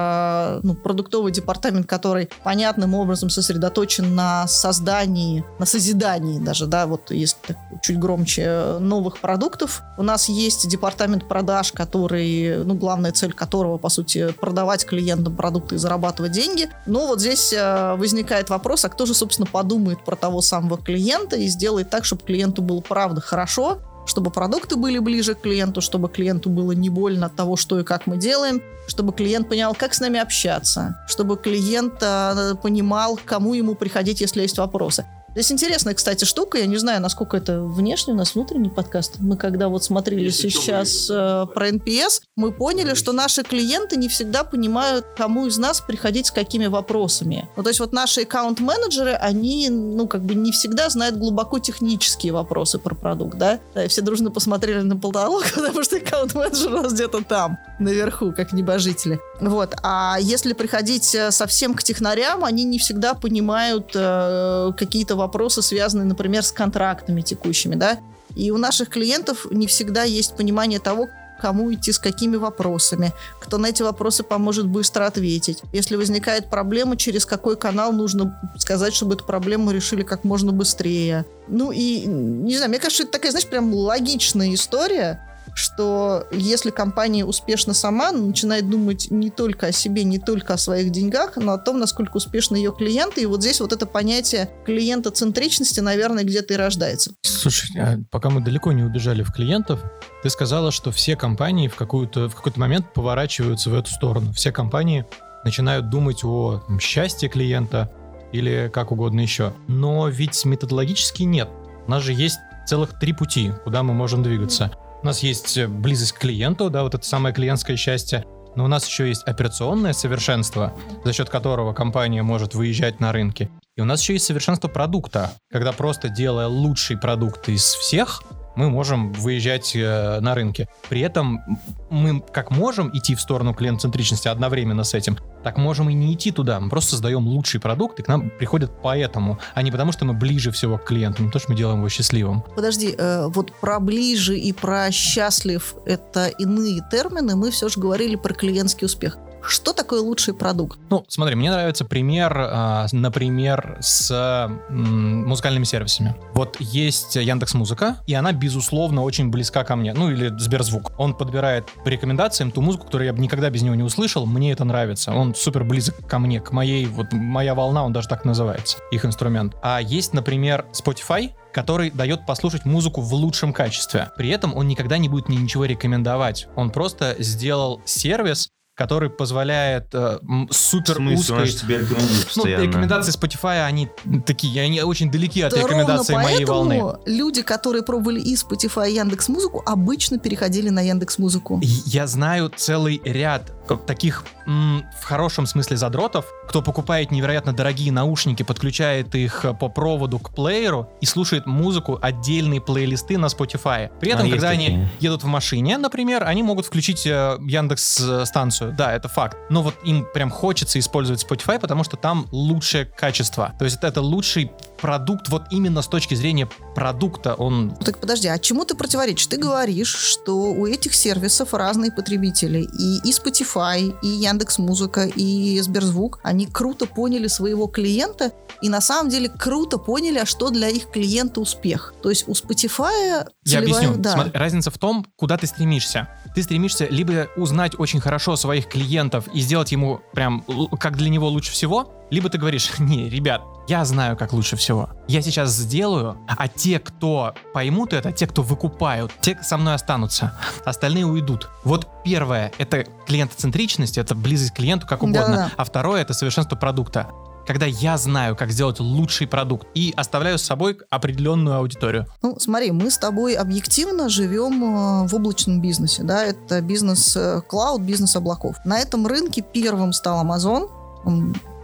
Speaker 7: э, ну, продуктовый департамент, который понятным образом сосредоточен на создании, на созидании даже, да, вот если так, чуть громче, новых продуктов. У нас есть департамент продаж, который, ну, главная цель которого, по сути, продавать клиентам продукты и зарабатывать деньги. Но вот здесь э, возникает вопрос, а кто же, собственно, подумает про того самого клиента и сделает так, чтобы клиенту было правда хорошо, чтобы продукты были ближе к клиенту, чтобы клиенту было не больно от того, что и как мы делаем, чтобы клиент понял, как с нами общаться, чтобы клиент э, понимал, к кому ему приходить, если есть вопросы. Здесь интересная, кстати, штука, я не знаю, насколько это внешний, у нас внутренний подкаст. Мы когда вот смотрели Если сейчас э, про эн пи эс, мы поняли, что наши клиенты не всегда понимают, кому из нас приходить с какими вопросами. Ну, то есть вот наши аккаунт-менеджеры, они, ну, как бы не всегда знают глубоко технические вопросы про продукт, да? Да, и все дружно посмотрели на потолок, потому что аккаунт-менеджер у нас где-то там, наверху, как небожители. Вот. А если приходить совсем к технарям, они не всегда понимают э, какие-то вопросы, связанные, например, с контрактами текущими, да, и у наших клиентов не всегда есть понимание того, кому идти с какими вопросами, кто на эти вопросы поможет быстро ответить. Если возникает проблема, через какой канал нужно сказать, чтобы эту проблему решили как можно быстрее. Ну и, не знаю, мне кажется, это такая, знаешь, прям логичная история, что если компания успешна сама, начинает думать не только о себе, не только о своих деньгах, но о том, насколько успешны ее клиенты. И вот здесь вот это понятие клиентоцентричности, наверное, где-то и рождается.
Speaker 5: Слушай, а пока мы далеко не убежали в клиентов, ты сказала, что все компании в, какую-то, в какой-то момент поворачиваются в эту сторону. Все компании начинают думать о там, счастье клиента или как угодно еще. Но ведь методологически нет. У нас же есть целых три пути, куда мы можем двигаться. У нас есть близость к клиенту, да, вот это самое клиентское счастье, но у нас еще есть операционное совершенство, за счет которого компания может выезжать на рынке. И у нас еще есть совершенство продукта, когда просто делая лучший продукт из всех, мы можем выезжать э, на рынке. При этом мы как можем идти в сторону клиент-центричности одновременно с этим, так можем и не идти туда. Мы просто создаем лучший продукт, и к нам приходят поэтому, а не потому, что мы ближе всего к клиенту, не то, что мы делаем его счастливым.
Speaker 7: Подожди, э, вот про ближе и про счастлив — это иные термины, мы все же говорили про клиентский успех. Что такое лучший продукт?
Speaker 5: Ну, смотри, мне нравится пример, э, например, с э, музыкальными сервисами. Вот есть Яндекс.Музыка, и она, безусловно, очень близка ко мне. Ну, или Сберзвук. Он подбирает по рекомендациям ту музыку, которую я бы никогда без него не услышал. Мне это нравится. Он супер близок ко мне, к моей, вот моя волна, он даже так называется, их инструмент. А есть, например, Spotify, который дает послушать музыку в лучшем качестве. При этом он никогда не будет мне ничего рекомендовать. Он просто сделал сервис, который позволяет э, супер узкой... Ну, рекомендации Spotify, они такие, они очень далеки от да рекомендаций моей волны.
Speaker 7: Люди, которые пробовали и Spotify, и Яндекс.Музыку, обычно переходили на Яндекс.Музыку.
Speaker 5: Я знаю целый ряд таких, м, в хорошем смысле, задротов, кто покупает невероятно дорогие наушники, подключает их по проводу к плееру и слушает музыку, отдельные плейлисты на Spotify. При этом, а когда они такие. едут в машине, например, они могут включить э, Яндекс-станцию. Да, это факт. Но вот им прям хочется использовать Spotify, потому что там лучшее качество. То есть это, это лучший продукт вот именно с точки зрения продукта. Он...
Speaker 7: Так подожди, а чему ты противоречишь? Ты говоришь, что у этих сервисов разные потребители. И, и Spotify, и Яндекс.Музыка, и Сберзвук, они круто поняли своего клиента и на самом деле круто поняли, а что для их клиента успех. То есть у Spotify...
Speaker 5: Я
Speaker 7: целевая...
Speaker 5: объясню.
Speaker 7: Да.
Speaker 5: Смотри, разница в том, куда ты стремишься. Ты стремишься либо узнать очень хорошо своих клиентов и сделать ему прям как для него лучше всего, либо ты говоришь: не, ребят, я знаю, как лучше всего. Я сейчас сделаю, а те, кто поймут это, те, кто выкупают, те со мной останутся. Остальные уйдут. Вот первое — это клиентоцентричность, это близость к клиенту, как угодно. Да-да. А второе — это совершенство продукта. Когда я знаю, как сделать лучший продукт и оставляю с собой определенную аудиторию.
Speaker 7: Ну, смотри, мы с тобой объективно живем в облачном бизнесе, да, это бизнес клауд, бизнес облаков. На этом рынке первым стал Amazon. Он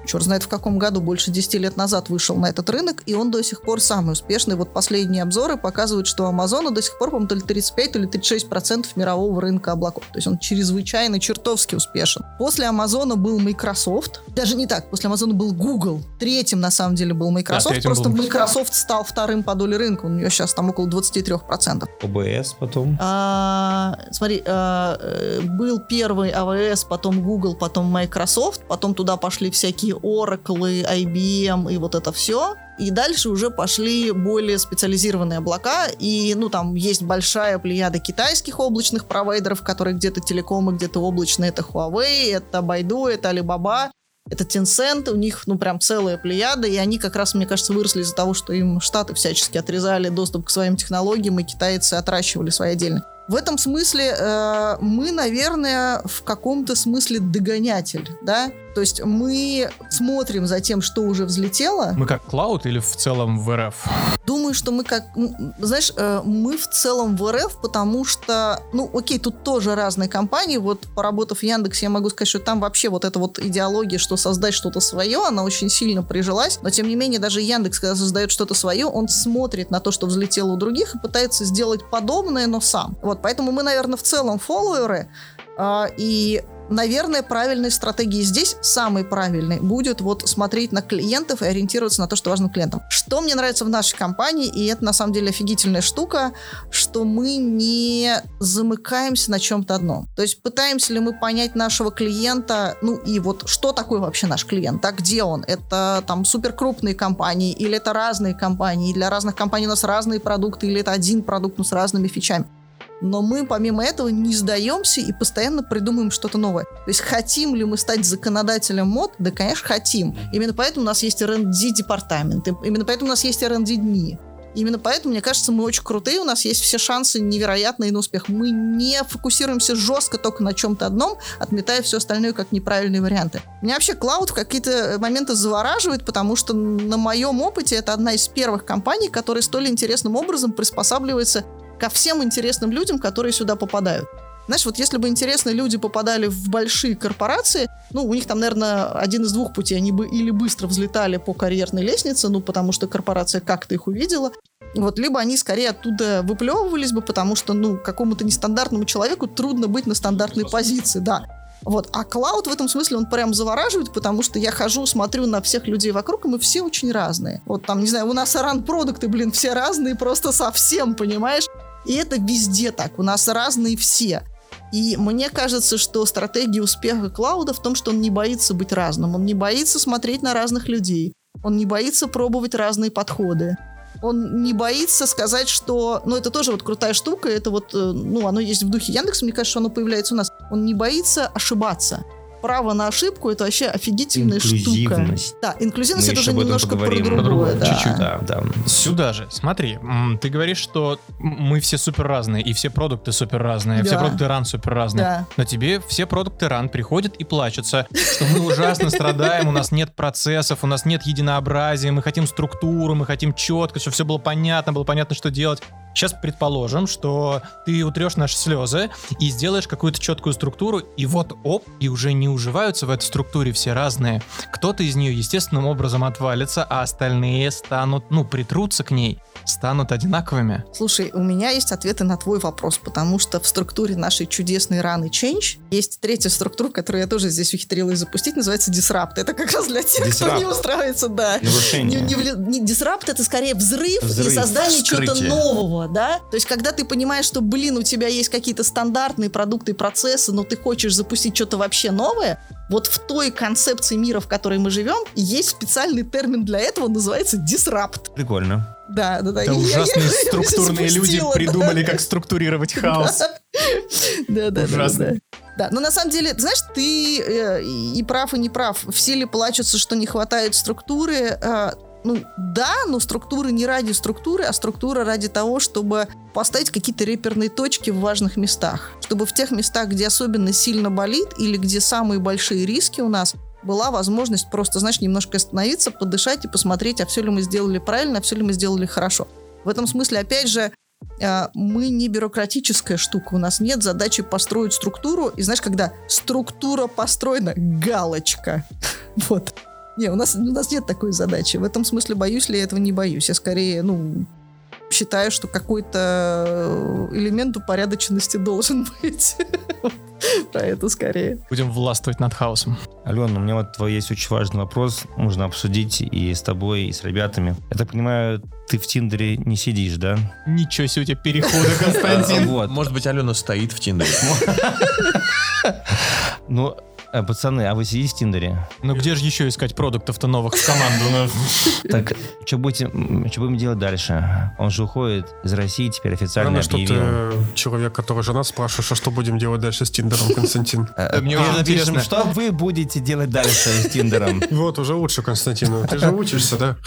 Speaker 7: черт знает в каком году, больше десяти лет назад вышел на этот рынок, и он до сих пор самый успешный. Вот последние обзоры показывают, что у Амазона до сих пор, по-моему, то ли тридцать пять, то ли тридцать шесть процентов мирового рынка облаков. То есть он чрезвычайно, чертовски успешен. После Амазона был Microsoft. Даже не так, после Амазона был Google. Третьим, на самом деле, был Microsoft.
Speaker 5: Да,
Speaker 7: Просто
Speaker 5: был...
Speaker 7: Microsoft стал вторым по доле рынка. У нее сейчас там около двадцать три процента.
Speaker 3: о бэ эс потом.
Speaker 7: А, смотри, а, был первый эй ви эс, потом Google, потом Microsoft, потом туда пошли всякие Oracle, ай би эм и вот это все. И дальше уже пошли более специализированные облака, и, ну, там есть большая плеяда китайских облачных провайдеров, которые где-то телекомы, где-то облачные. Это Huawei, это Baidu, это Alibaba, это Tencent, у них, ну, прям целая плеяда, и они как раз, мне кажется, выросли из-за того, что им Штаты всячески отрезали доступ к своим технологиям, и китайцы отращивали свои отдельные. В этом смысле э, мы, наверное, в каком-то смысле догонятель, да? То есть мы смотрим за тем, что уже взлетело.
Speaker 5: Мы как Cloud или в целом в эр эф?
Speaker 7: Думаю, что мы как... Знаешь, э, мы в целом в эр эф, потому что... Ну, окей, тут тоже разные компании. Вот, поработав в Яндексе, я могу сказать, что там вообще вот эта вот идеология, что создать что-то свое, она очень сильно прижилась. Но, тем не менее, даже Яндекс, когда создает что-то свое, он смотрит на то, что взлетело у других, и пытается сделать подобное, но сам. Вот, поэтому мы, наверное, в целом фолловеры, э, и... Наверное, правильной стратегией здесь, самой правильной, будет вот смотреть на клиентов и ориентироваться на то, что важно клиентам. Что мне нравится в нашей компании, и это на самом деле офигительная штука, что мы не замыкаемся на чем-то одном. То есть пытаемся ли мы понять нашего клиента, ну и вот что такое вообще наш клиент, а где он? Это там суперкрупные компании или это разные компании? И для разных компаний у нас разные продукты или это один продукт, но с разными фичами? Но мы, помимо этого, не сдаемся и постоянно придумываем что-то новое. То есть хотим ли мы стать законодателем мод? Да, конечно, хотим. Именно поэтому у нас есть эр энд ди-департамент. Именно поэтому у нас есть эр энд ди-дни. Именно поэтому, мне кажется, мы очень крутые, у нас есть все шансы невероятные на успех. Мы не фокусируемся жестко только на чем-то одном, отметая все остальное как неправильные варианты. Меня вообще Cloud в какие-то моменты завораживает, потому что на моем опыте это одна из первых компаний, которая столь интересным образом приспосабливается ко всем интересным людям, которые сюда попадают. Знаешь, вот если бы интересные люди попадали в большие корпорации, ну, у них там, наверное, один из двух путей. Они бы или быстро взлетали по карьерной лестнице, ну, потому что корпорация как-то их увидела, вот, либо они скорее оттуда выплевывались бы, потому что, ну, какому-то нестандартному человеку трудно быть на стандартной позиции, да. Вот. А Cloud в этом смысле, он прям завораживает, потому что я хожу, смотрю на всех людей вокруг, и мы все очень разные. Вот там, не знаю, у нас ран-продукты, блин, все разные просто совсем, понимаешь? И это везде так, у нас разные все. И мне кажется, что стратегия успеха Клауда в том, что он не боится быть разным, он не боится смотреть на разных людей, он не боится пробовать разные подходы. Он не боится сказать, что... Ну, это тоже вот крутая штука, это вот, ну, оно есть в духе Яндекса, мне кажется, что оно появляется у нас. Он не боится ошибаться. Право на ошибку — это вообще офигительная
Speaker 3: инклюзивность.
Speaker 7: штука. Да, инклюзивность —
Speaker 3: Мы
Speaker 7: это
Speaker 3: еще
Speaker 7: уже
Speaker 3: об этом
Speaker 7: немножко про
Speaker 3: поговорим
Speaker 7: другое. Да.
Speaker 3: Чуть-чуть, да, да.
Speaker 5: Сюда же, смотри, м, ты говоришь, что мы все супер разные, и все продукты супер разные,
Speaker 7: Да.
Speaker 5: все продукты ран супер разные.
Speaker 7: Да.
Speaker 5: Но тебе все продукты ран приходят и плачутся, что мы ужасно страдаем, у нас нет процессов, у нас нет единообразия, мы хотим структуру, мы хотим четко, чтобы все было понятно, было понятно, что делать. Сейчас предположим, что ты утрешь наши слезы и сделаешь какую-то четкую структуру, и вот оп, и уже не уживаются в этой структуре все разные. Кто-то из нее естественным образом отвалится, а остальные станут, ну, притрутся к ней, станут одинаковыми.
Speaker 7: Слушай, у меня есть ответы на твой вопрос, потому что в структуре нашей чудесной раны Change есть третья структура, которую я тоже здесь ухитрилась запустить, называется Disrupt. Это как раз для тех,
Speaker 3: Disrupt.
Speaker 7: кто не устраивается, да.
Speaker 3: Нарушение.
Speaker 7: Не, не, не, Disrupt — это скорее взрыв,
Speaker 3: Взрыв,
Speaker 7: и создание чего-то
Speaker 4: вскрытие.
Speaker 7: нового, да? То есть, когда ты понимаешь, что, блин, у тебя есть какие-то стандартные продукты и процессы, но ты хочешь запустить что-то вообще новое, вот в той концепции мира, в которой мы живем, есть специальный термин для этого, называется Disrupt.
Speaker 3: Прикольно.
Speaker 7: Да, да, да.
Speaker 5: Это
Speaker 7: Я- я-
Speaker 5: ужасные
Speaker 7: я
Speaker 5: структурные люди
Speaker 7: запустила, да.
Speaker 5: придумали, как структурировать хаос.
Speaker 7: Да, да, да,
Speaker 5: Ужасно.
Speaker 7: да. Да, но на самом деле, знаешь, ты э, и прав, и не прав. Все ли плачутся, что не хватает структуры? Э, ну, да, но структуры не ради структуры, а структура ради того, чтобы поставить какие-то реперные точки в важных местах. Чтобы в тех местах, где особенно сильно болит или где самые большие риски у нас, была возможность просто, знаешь, немножко остановиться, подышать и посмотреть, а все ли мы сделали правильно, а все ли мы сделали хорошо. В этом смысле, опять же, э, мы не бюрократическая штука. У нас нет задачи построить структуру. И знаешь, когда структура построена, галочка. Вот. Не, у нас, у нас нет такой задачи. В этом смысле, боюсь ли я этого, не боюсь. Я скорее, ну, считаю, что какой-то элемент упорядоченности должен быть. Про это скорее.
Speaker 5: Будем властвовать над хаосом.
Speaker 3: Алена, у меня вот твой есть очень важный вопрос. Нужно обсудить и с тобой, и с ребятами. Я так понимаю, ты в Тиндере не сидишь, да?
Speaker 5: Ничего себе у тебя перехода, Константин.
Speaker 3: Вот.
Speaker 4: Может быть, Алена стоит в Тиндере.
Speaker 3: Ну, э, пацаны, а вы сидите в Тиндере?
Speaker 5: Ну где же еще искать продуктов-то новых в команду?
Speaker 3: Так, что будем, что будем делать дальше? Он же уходит из России, теперь официально
Speaker 6: Главное, что
Speaker 3: объявил.
Speaker 6: ты человек, который женат, спрашиваешь, а что будем делать дальше с Тиндером, Константин?
Speaker 3: Э,
Speaker 5: Мне
Speaker 3: а,
Speaker 5: уже
Speaker 3: пишем,
Speaker 5: интересно.
Speaker 3: что вы будете делать дальше с Тиндером?
Speaker 6: Вот, уже лучше, Константин. Ты же учишься, да?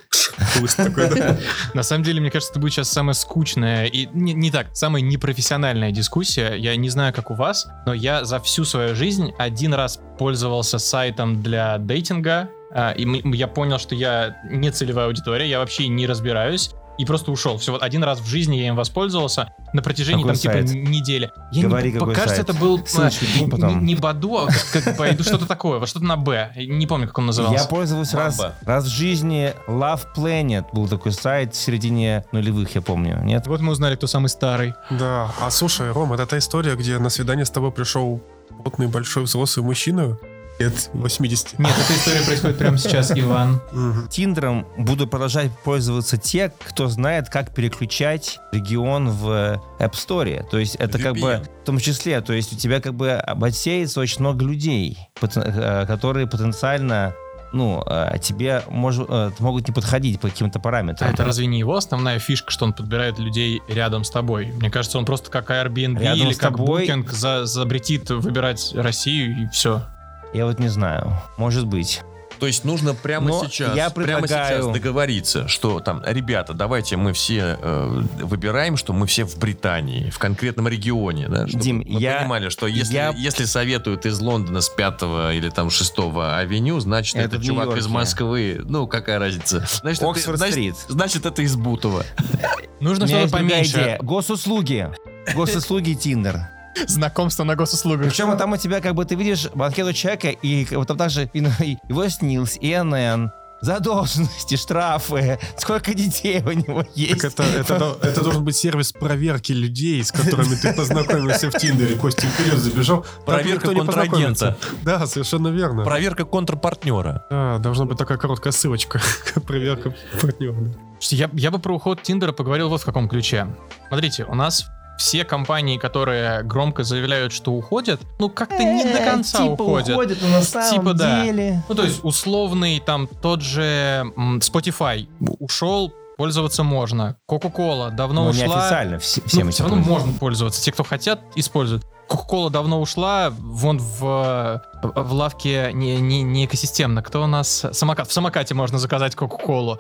Speaker 6: Хлыст такой, да?
Speaker 5: На самом деле, мне кажется, это будет сейчас самая скучная и не, не так, самая непрофессиональная дискуссия. Я не знаю, как у вас, но я за всю свою жизнь один раз пользовался сайтом для дейтинга, а, и м- я понял, что я не целевая аудитория, я вообще не разбираюсь. И просто ушел. Все, вот один раз в жизни я им воспользовался на протяжении
Speaker 3: Какой
Speaker 5: там
Speaker 3: сайт?
Speaker 5: типа недели. Я
Speaker 3: Говори,
Speaker 5: не,
Speaker 3: какой
Speaker 5: кажется,
Speaker 3: сайт.
Speaker 5: это был
Speaker 3: Ссылочку
Speaker 5: э,
Speaker 3: кинь потом.
Speaker 5: не, не Баду, а как, как пойду что-то такое, вот что-то на Б. Не помню, как он назывался.
Speaker 3: Я пользовался раз,
Speaker 4: Мамба.
Speaker 3: раз в жизни. Love Planet был такой сайт в середине нулевых, я помню. Нет?
Speaker 5: Вот мы узнали, кто самый старый.
Speaker 6: Да. А слушай, Ром, это та история, где на свидание с тобой пришел плотный большой взрослый мужчина лет восемьдесят.
Speaker 5: Нет, эта история происходит прямо сейчас, Иван.
Speaker 6: Мгм.
Speaker 3: Тиндером буду продолжать пользоваться те, кто знает, как переключать регион в App Store. То есть это как бы в том числе, то есть у тебя как бы отсеется очень много людей, потен- э, которые потенциально, ну, э, тебе мож- э, могут не подходить по каким-то
Speaker 5: А
Speaker 3: параметрам.
Speaker 5: это разве не его основная фишка, что он подбирает людей рядом с тобой? Мне кажется, он просто как Airbnb
Speaker 3: Рядом
Speaker 5: или
Speaker 3: с
Speaker 5: как
Speaker 3: тобой?
Speaker 5: Booking за- запретит выбирать Россию и все.
Speaker 3: Я вот не знаю. Может быть.
Speaker 4: То есть нужно прямо
Speaker 3: Но
Speaker 4: сейчас,
Speaker 3: я
Speaker 4: прямо
Speaker 3: предлагаю-
Speaker 4: сейчас договориться, что там, ребята, давайте мы все э, выбираем, что мы все в Британии, в конкретном регионе, да, чтобы
Speaker 3: Дим,
Speaker 4: мы
Speaker 3: я-
Speaker 4: понимали, что если,
Speaker 3: я-
Speaker 4: если советуют из Лондона с пятого или там шестого авеню, значит,
Speaker 3: Это
Speaker 4: это,
Speaker 3: в
Speaker 4: чувак из
Speaker 3: Нью-Йорке.
Speaker 4: Москвы, ну, какая разница. Значит, это,
Speaker 3: Оксфорд-стрит.
Speaker 4: значит, значит, это из Бутова.
Speaker 5: Нужно
Speaker 3: У меня
Speaker 5: что-то
Speaker 3: есть другая
Speaker 5: поменьше.
Speaker 3: идея. Госуслуги. Госуслуги Тиндер.
Speaker 5: Знакомство на госуслугах.
Speaker 3: Причем там у тебя, как бы, ты видишь банкету человека, и вот там также и- и его СНИЛС, ИНН, задолженности, штрафы, сколько детей у него есть.
Speaker 6: Так это, это, до- это должен быть сервис проверки людей, с которыми ты познакомился в Тиндере. Костя вперед забежал. Там
Speaker 4: Проверка
Speaker 6: никто не
Speaker 4: контрагента.
Speaker 6: познакомится. Да, совершенно верно.
Speaker 4: Проверка контрпартнера.
Speaker 6: Да, должна быть такая короткая ссылочка. Проверка партнера.
Speaker 5: Слушайте, Я, я бы про уход Тиндера поговорил вот в каком ключе. Смотрите, у нас все компании, которые громко заявляют, что уходят, ну как-то не до конца
Speaker 3: типа
Speaker 5: уходят.
Speaker 3: уходят, но на самом
Speaker 5: Типа да.
Speaker 3: деле...
Speaker 5: Ну, то есть, условный там тот же м, Spotify ушел, пользоваться можно. Coca-Cola давно
Speaker 3: Ну, не
Speaker 5: ушла.
Speaker 3: официально, все, всем
Speaker 5: Ну, все
Speaker 3: этим
Speaker 5: равно
Speaker 3: пользуются.
Speaker 5: можно пользоваться. Те, кто хотят, используют. Coca-Cola давно ушла, вон в, в лавке не, не, не экосистемно. Кто у нас? Самокат. В самокате можно заказать Coca-Colу.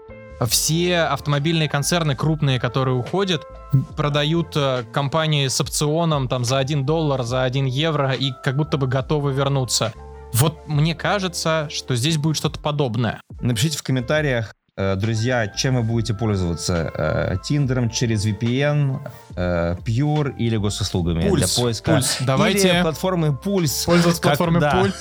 Speaker 5: Все автомобильные концерны крупные, которые уходят, продают э, компании с опционом там за один доллар, за один евро и как будто бы готовы вернуться. Вот мне кажется, что здесь будет что-то подобное.
Speaker 3: Напишите в комментариях, э, друзья, чем вы будете пользоваться. э, Тиндером через ви пи эн, э, Pure или госуслугами
Speaker 5: Пульс,
Speaker 3: для поиска.
Speaker 5: Пульс. Давайте
Speaker 3: Или платформой Пульс.
Speaker 5: пользоваться
Speaker 3: Как-
Speaker 5: платформой
Speaker 3: да.
Speaker 5: Пуль.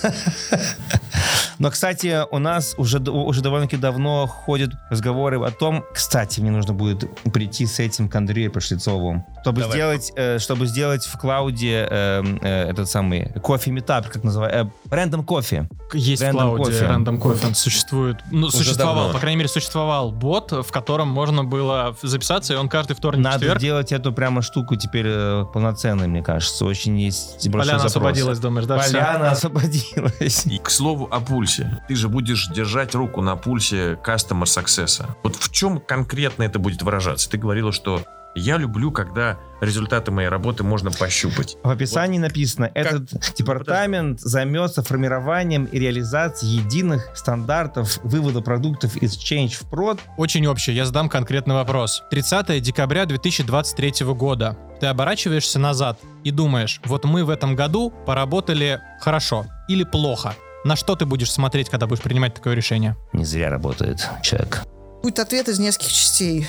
Speaker 3: Но, кстати, у нас уже, д- уже довольно-таки давно ходят разговоры о том, кстати, мне нужно будет прийти с этим к Андрею Пошлецову, чтобы
Speaker 4: Давай.
Speaker 3: сделать, э, чтобы сделать в клауде э, э, этот самый кофе метап, как называется, рандом кофе.
Speaker 5: Есть в
Speaker 3: Random
Speaker 5: клауде
Speaker 3: кофе.
Speaker 5: Random Coffee, он существует. Ну,
Speaker 4: Уже
Speaker 5: существовал,
Speaker 4: давно.
Speaker 5: по крайней мере, существовал бот, в котором можно было записаться, и он каждый вторник,
Speaker 3: Надо
Speaker 5: четверг.
Speaker 3: делать эту прямо штуку теперь э, полноценной, мне кажется. Очень есть большой
Speaker 5: Поляна
Speaker 3: запрос.
Speaker 5: освободилась, думаешь, да? всё?
Speaker 3: Поляна освободилась.
Speaker 4: И, к слову, о пульсе. Ты же будешь держать руку на пульсе Customer Success. Вот в чем конкретно это будет выражаться? Ты говорила, что я люблю, когда результаты моей работы можно пощупать.
Speaker 3: В описании написано, этот департамент займется формированием и реализацией единых стандартов вывода продуктов из Change в Prod.
Speaker 5: Очень общее, я задам конкретный вопрос. тридцатое декабря две тысячи двадцать третьего года. Ты оборачиваешься назад и думаешь, вот мы в этом году поработали хорошо или плохо. На что ты будешь смотреть, когда будешь принимать такое решение?
Speaker 3: Не зря работает человек.
Speaker 7: Будет ответ из нескольких частей.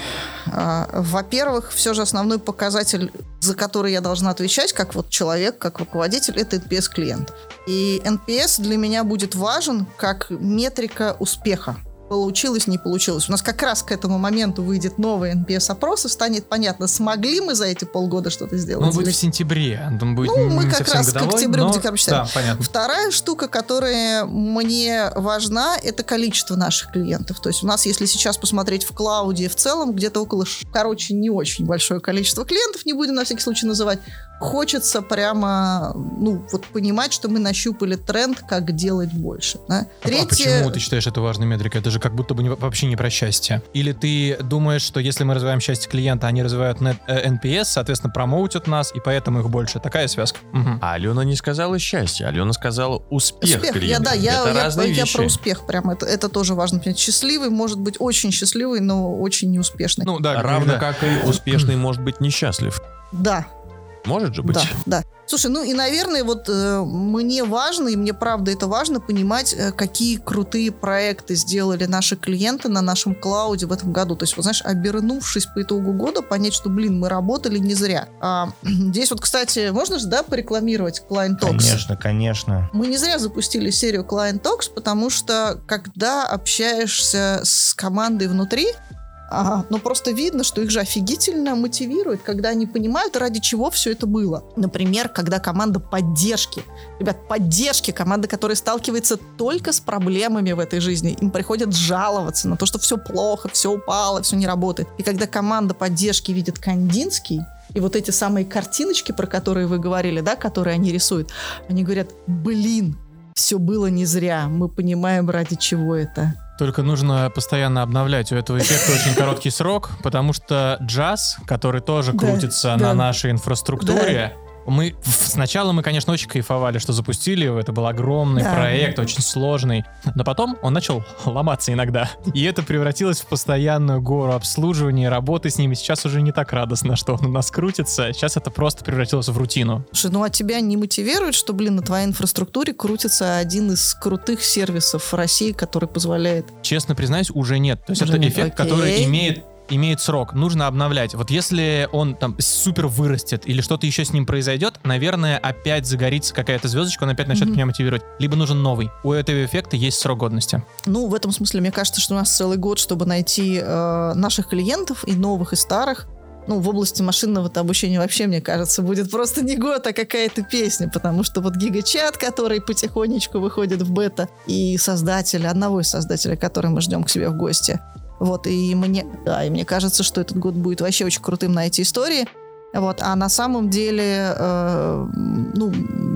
Speaker 7: А, во-первых, все же основной показатель, за который я должна отвечать, как вот человек, как руководитель, это эн пи эс клиента. И эн пи эс для меня будет важен как метрика успеха. Получилось, не получилось. У нас как раз к этому моменту выйдет новый эн пи эс-опрос, и станет понятно, смогли мы за эти полгода что-то сделать.
Speaker 5: Он будет в сентябре. Он будет
Speaker 7: ну, мы
Speaker 5: не
Speaker 7: как
Speaker 5: совсем
Speaker 7: раз
Speaker 5: годовой,
Speaker 7: к октябрю,
Speaker 5: но...
Speaker 7: декабрю считаем.
Speaker 5: Да, понятно.
Speaker 7: Вторая штука, которая мне важна, это количество наших клиентов. То есть у нас, если сейчас посмотреть в клауде в целом, где-то около, короче, не очень большое количество клиентов, не будем на всякий случай называть. Хочется прямо, ну, вот понимать, что мы нащупали тренд, как делать больше. Да? Третье...
Speaker 5: А почему ты считаешь это важной метрикой? Это же как будто бы не, вообще не про счастье. Или ты думаешь, что если мы развиваем счастье клиента, они развивают нет, э, эн пи эс, соответственно, промоутят нас, и поэтому их больше. Такая связка. Угу.
Speaker 4: А Алена не сказала счастье, Алена сказала успех,
Speaker 7: успех.
Speaker 4: клиента.
Speaker 7: Я, да, я,
Speaker 4: это
Speaker 7: я,
Speaker 4: разные
Speaker 7: я
Speaker 4: вещи.
Speaker 7: про успех прям. Это, это тоже важно понять. Счастливый может быть очень счастливый, но очень неуспешный.
Speaker 5: Ну, да,
Speaker 4: Равно
Speaker 5: да.
Speaker 4: как и успешный может быть несчастлив.
Speaker 7: Да.
Speaker 4: Может же быть?
Speaker 7: Да, да. Слушай, ну и, наверное, вот э, мне важно, и мне правда это важно, понимать, э, какие крутые проекты сделали наши клиенты на нашем клауде в этом году. То есть, вот знаешь, обернувшись по итогу года, понять, что, блин, мы работали не зря. А, здесь вот, кстати, можно же, да, порекламировать Client Talks?
Speaker 3: Конечно, конечно.
Speaker 7: Мы не зря запустили серию Client Talks, потому что, когда общаешься с командой внутри, Ага, но просто видно, что их же офигительно мотивирует, когда они понимают, ради чего все это было. Например, когда команда поддержки. Ребят, поддержки, команда, которая сталкивается только с проблемами в этой жизни. Им приходят жаловаться на то, что все плохо, все упало, все не работает. И когда команда поддержки видит Кандинский, и вот эти самые картиночки, про которые вы говорили, да, которые они рисуют, они говорят, блин, все было не зря, мы понимаем, ради чего это.
Speaker 5: Только нужно постоянно обновлять. У этого эффекта очень короткий срок, потому что джаз, который тоже
Speaker 7: Да,
Speaker 5: крутится
Speaker 7: да.
Speaker 5: на нашей инфраструктуре, мы сначала мы, конечно, очень кайфовали, что запустили его. Это был огромный
Speaker 7: Да.
Speaker 5: проект, очень сложный. Но потом он начал ломаться иногда. И это превратилось в постоянную гору обслуживания, работы с ними. Сейчас уже не так радостно, что он у нас крутится. Сейчас это просто превратилось в рутину.
Speaker 7: Слушай, ну а тебя не мотивирует, что, блин, на твоей инфраструктуре крутится один из крутых сервисов России, который позволяет...
Speaker 5: Честно признаюсь, уже нет. То есть
Speaker 7: Уже
Speaker 5: это
Speaker 7: нет.
Speaker 5: эффект,
Speaker 7: Окей.
Speaker 5: который имеет имеет срок, нужно обновлять. Вот если он там супер вырастет или что-то еще с ним произойдет, наверное, опять загорится какая-то звездочка, он опять начнет
Speaker 7: Мгм.
Speaker 5: меня мотивировать. Либо нужен новый. У этого эффекта есть срок годности.
Speaker 7: Ну, в этом смысле, мне кажется, что у нас целый год, чтобы найти э, наших клиентов, и новых, и старых. Ну, в области машинного-то обучения вообще, мне кажется, будет просто не год, а какая-то песня, потому что вот гигачат, который потихонечку выходит в бета, и создателя, одного из создателей, который мы ждем к себе в гости. Вот, и мне, да, и мне кажется, что этот год будет вообще очень крутым на эти истории. Вот, а на самом деле, э, ну,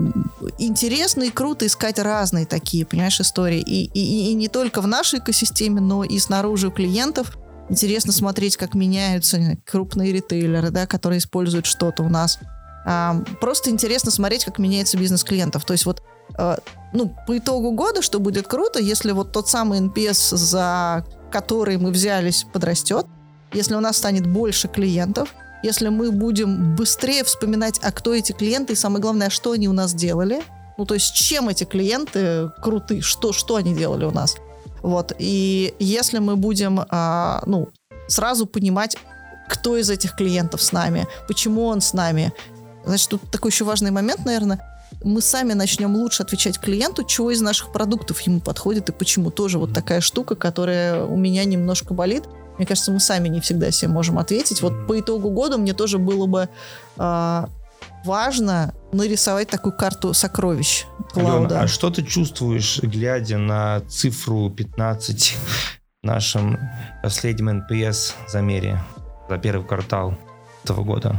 Speaker 7: интересно и круто искать разные такие, понимаешь, истории. И, и, и не только в нашей экосистеме, но и снаружи у клиентов. Интересно смотреть, как меняются крупные ритейлеры, да, которые используют что-то у нас. А, просто интересно смотреть, как меняется бизнес клиентов. То есть вот, э, ну, по итогу года, что будет круто, если вот тот самый эн пи эс, за который мы взялись, подрастет, если у нас станет больше клиентов, если мы будем быстрее вспоминать, а кто эти клиенты, и самое главное, что они у нас делали. Ну, то есть, чем эти клиенты круты, что, что они делали у нас. Вот, и если мы будем, а, ну, сразу понимать, кто из этих клиентов с нами, почему он с нами. Значит, тут такой еще важный момент, наверное, мы сами начнем лучше отвечать клиенту, чего из наших продуктов ему подходит и почему. Тоже вот такая штука, которая у меня немножко болит. Мне кажется, мы сами не всегда себе можем ответить. Вот по итогу года мне тоже было бы э, важно нарисовать такую карту сокровищ клауда.
Speaker 3: Алена, а что ты чувствуешь, глядя на цифру пятнадцать в нашем последнем эн пи эс-замере за первый квартал этого года?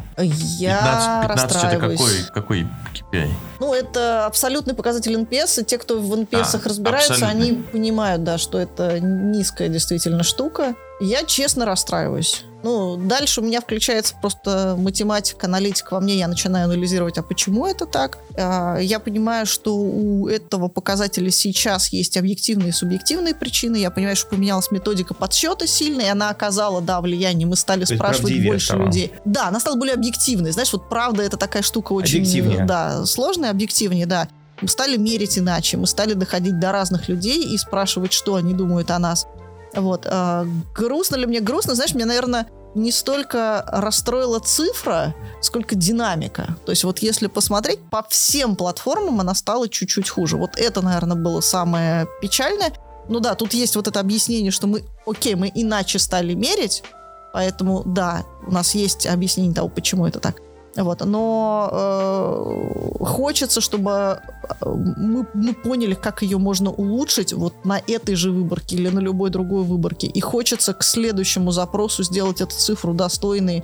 Speaker 7: Я
Speaker 4: пятнадцать, пятнадцать это
Speaker 7: расстраиваюсь.
Speaker 4: какой, какой кей пи ай?
Speaker 7: Ну, это абсолютный показатель эн пи эс, и те, кто в эн пи эсах
Speaker 4: А,
Speaker 7: разбираются,
Speaker 4: абсолютный.
Speaker 7: они понимают, да, что это низкая действительно штука. Я честно расстраиваюсь. Ну, дальше у меня включается просто математика, аналитика во мне, я начинаю анализировать, а почему это так? А, Я понимаю, что у этого показателя сейчас есть объективные и субъективные причины. Я понимаю, что поменялась методика подсчета сильно, и она оказала, да, влияние. Мы стали
Speaker 3: То есть
Speaker 7: спрашивать
Speaker 3: правдивее
Speaker 7: больше
Speaker 3: стало.
Speaker 7: людей. Да, она стала более объективной. Знаешь, вот правда, это такая штука очень...
Speaker 3: Объективнее.
Speaker 7: Да, сложная, объективнее, да. Мы стали мерить иначе, мы стали доходить до разных людей и спрашивать, что они думают о нас. Вот. А, грустно ли мне? Грустно. Знаешь, мне, наверное, не столько расстроила цифра, сколько динамика. То есть вот если посмотреть, по всем платформам она стала чуть-чуть хуже. Вот это, наверное, было самое печальное. Ну да, тут есть вот это объяснение, что мы, окей, мы иначе стали мерить, поэтому да, у нас есть объяснение того, почему это так. Вот, но э, хочется, чтобы мы, мы поняли, как ее можно улучшить вот на этой же выборке или на любой другой выборке. И хочется к следующему запросу сделать эту цифру достойной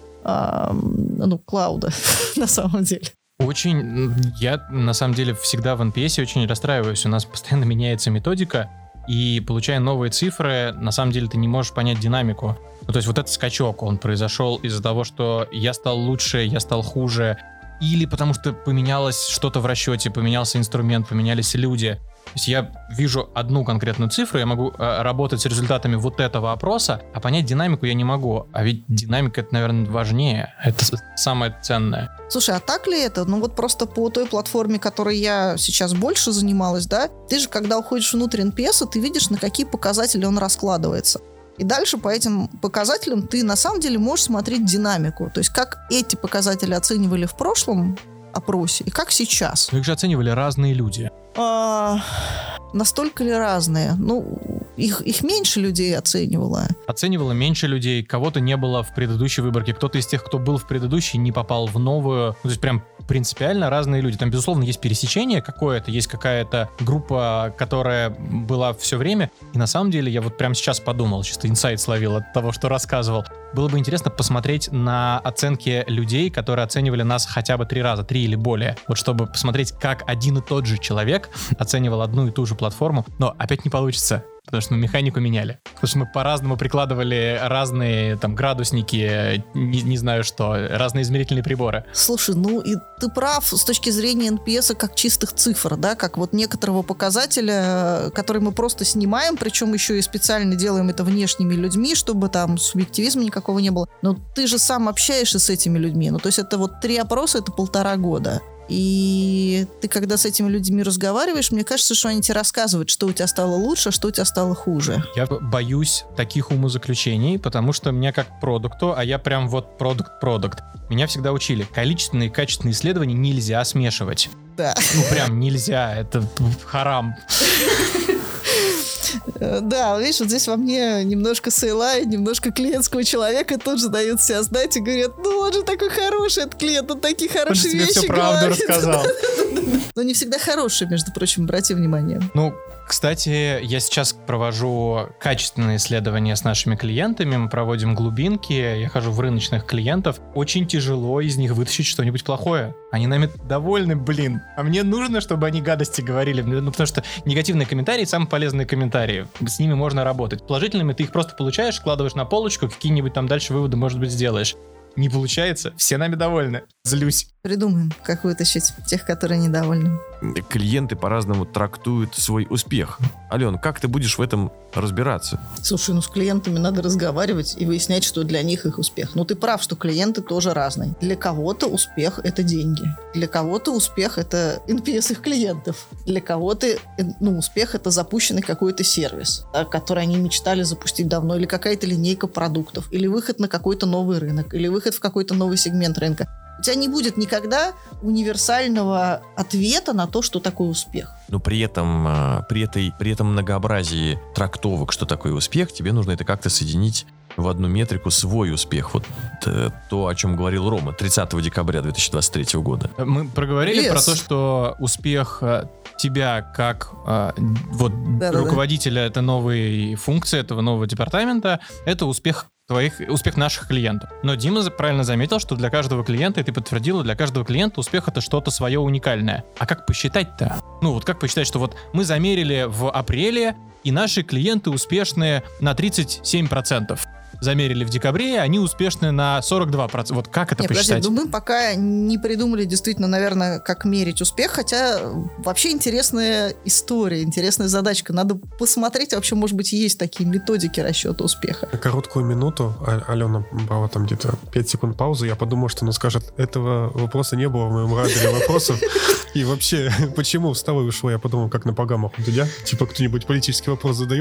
Speaker 7: э, ну, клауда на самом деле.
Speaker 5: Очень, я на самом деле всегда в эн пи эс очень расстраиваюсь. У нас постоянно меняется методика, и получая новые цифры, на самом деле ты не можешь понять динамику. Ну, то есть вот этот скачок, он произошел из-за того, что я стал лучше, я стал хуже, или потому что поменялось что-то в расчете, поменялся инструмент, поменялись люди. То есть я вижу одну конкретную цифру, я могу э, работать с результатами вот этого опроса, а понять динамику я не могу. А ведь динамика — это, наверное, важнее. Это самое ценное.
Speaker 7: Слушай, а так ли это? Ну вот просто по той платформе, которой я сейчас больше занималась, да, ты же, когда уходишь внутрь эн пи эс, ты видишь, на какие показатели он раскладывается. И дальше по этим показателям ты на самом деле можешь смотреть динамику. То есть как эти показатели оценивали в прошлом опросе и как сейчас.
Speaker 5: Но их же оценивали разные люди.
Speaker 7: А, настолько ли разные? Ну, их, их меньше людей оценивало.
Speaker 5: Оценивало меньше людей, кого-то не было в предыдущей выборке, кто-то из тех, кто был в предыдущей, не попал в новую. Ну, то есть прям принципиально разные люди. Там, безусловно, есть пересечение какое-то, есть какая-то группа, которая была все время. И на самом деле я вот прямо сейчас подумал, чисто инсайт словил от того, что рассказывал. Было бы интересно посмотреть на оценки людей, которые оценивали нас хотя бы три раза, три или более. Вот чтобы посмотреть, как один и тот же человек оценивал одну и ту же платформу. Но опять не получится, потому что мы механику меняли. Потому что мы по-разному прикладывали разные там градусники, не, не знаю что, разные измерительные приборы.
Speaker 7: Слушай, ну и ты прав с точки зрения эн пи эс как чистых цифр, да, как вот некоторого показателя, который мы просто снимаем, причем еще и специально делаем это внешними людьми, чтобы там субъективизма никакого не было. Но ты же сам общаешься с этими людьми. Ну то есть это вот три опроса, это полтора года. И ты, когда с этими людьми разговариваешь, мне кажется, что они тебе рассказывают, что у тебя стало лучше, а что у тебя стало хуже.
Speaker 5: Я боюсь таких умозаключений, потому что меня как продукту, а я прям вот продукт-продукт, меня всегда учили, количественные и качественные исследования нельзя смешивать.
Speaker 7: Да.
Speaker 5: Ну прям нельзя, это харам.
Speaker 7: Да, видишь, вот здесь во мне немножко сейла и немножко клиентского человека тут же дают себя знать и говорят, ну он же такой хороший, этот клиент, он такие хорошие
Speaker 5: он
Speaker 7: вещи
Speaker 5: тебе все правду
Speaker 7: говорит.
Speaker 5: рассказал.
Speaker 7: Но не всегда хорошие, между прочим, обрати внимание.
Speaker 5: Ну, кстати, я сейчас провожу качественные исследования с нашими клиентами, мы проводим глубинки, я хожу в рыночных клиентов. Очень тяжело из них вытащить что-нибудь плохое. Они нами довольны, блин. А мне нужно, чтобы они гадости говорили. Ну, потому что негативные комментарии — самые полезные комментарии. С ними можно работать. Положительными ты их просто получаешь, складываешь на полочку, какие-нибудь там дальше выводы, может быть, сделаешь. Не получается, все нами довольны. Злюсь.
Speaker 7: Придумаем, как вытащить тех, которые недовольны.
Speaker 4: Клиенты по-разному трактуют свой успех. Ален, как ты будешь в этом разбираться?
Speaker 7: Слушай, ну с клиентами надо разговаривать и выяснять, что для них их успех. Ну ты прав, что клиенты тоже разные. Для кого-то успех — это деньги. Для кого-то успех — это эн пи эс их клиентов. Для кого-то ну, успех — это запущенный какой-то сервис, да, который они мечтали запустить давно, или какая-то линейка продуктов, или выход на какой-то новый рынок, или выход в какой-то новый сегмент рынка. У тебя не будет никогда универсального ответа на то, что такое успех.
Speaker 4: Но при этом, при, этой, при этом многообразии трактовок, что такое успех, тебе нужно это как-то соединить в одну метрику свой успех. Вот то, о чем говорил Рома тридцатого декабря две тысячи двадцать третьего года.
Speaker 5: Мы проговорили
Speaker 7: Yes.
Speaker 5: про то, что успех тебя как вот,
Speaker 7: Да-да-да.
Speaker 5: руководителя этой новой функции, этого нового департамента, это успех твоих, успех наших клиентов. Но Дима правильно заметил, что для каждого клиента, и ты подтвердила, для каждого клиента успех — это что-то свое уникальное. А как посчитать-то? Ну вот как посчитать, что вот мы замерили в апреле, и наши клиенты успешные на тридцать семь процентов. Замерили в декабре, они успешны на сорок два процента. Вот как это
Speaker 7: Не,
Speaker 5: посчитать?
Speaker 7: подожди, ну мы пока не придумали действительно, наверное, как мерить успех, хотя вообще интересная история, интересная задачка. Надо посмотреть, вообще, может быть, есть такие методики расчета успеха.
Speaker 6: На короткую минуту А- Алена брала там где-то пять секунд паузы. Я подумал, что она скажет, этого вопроса не было в моем радаре вопросов. И вообще, почему встала и ушла? Я подумал, как на программах у тебя. Типа кто-нибудь политический вопрос задает.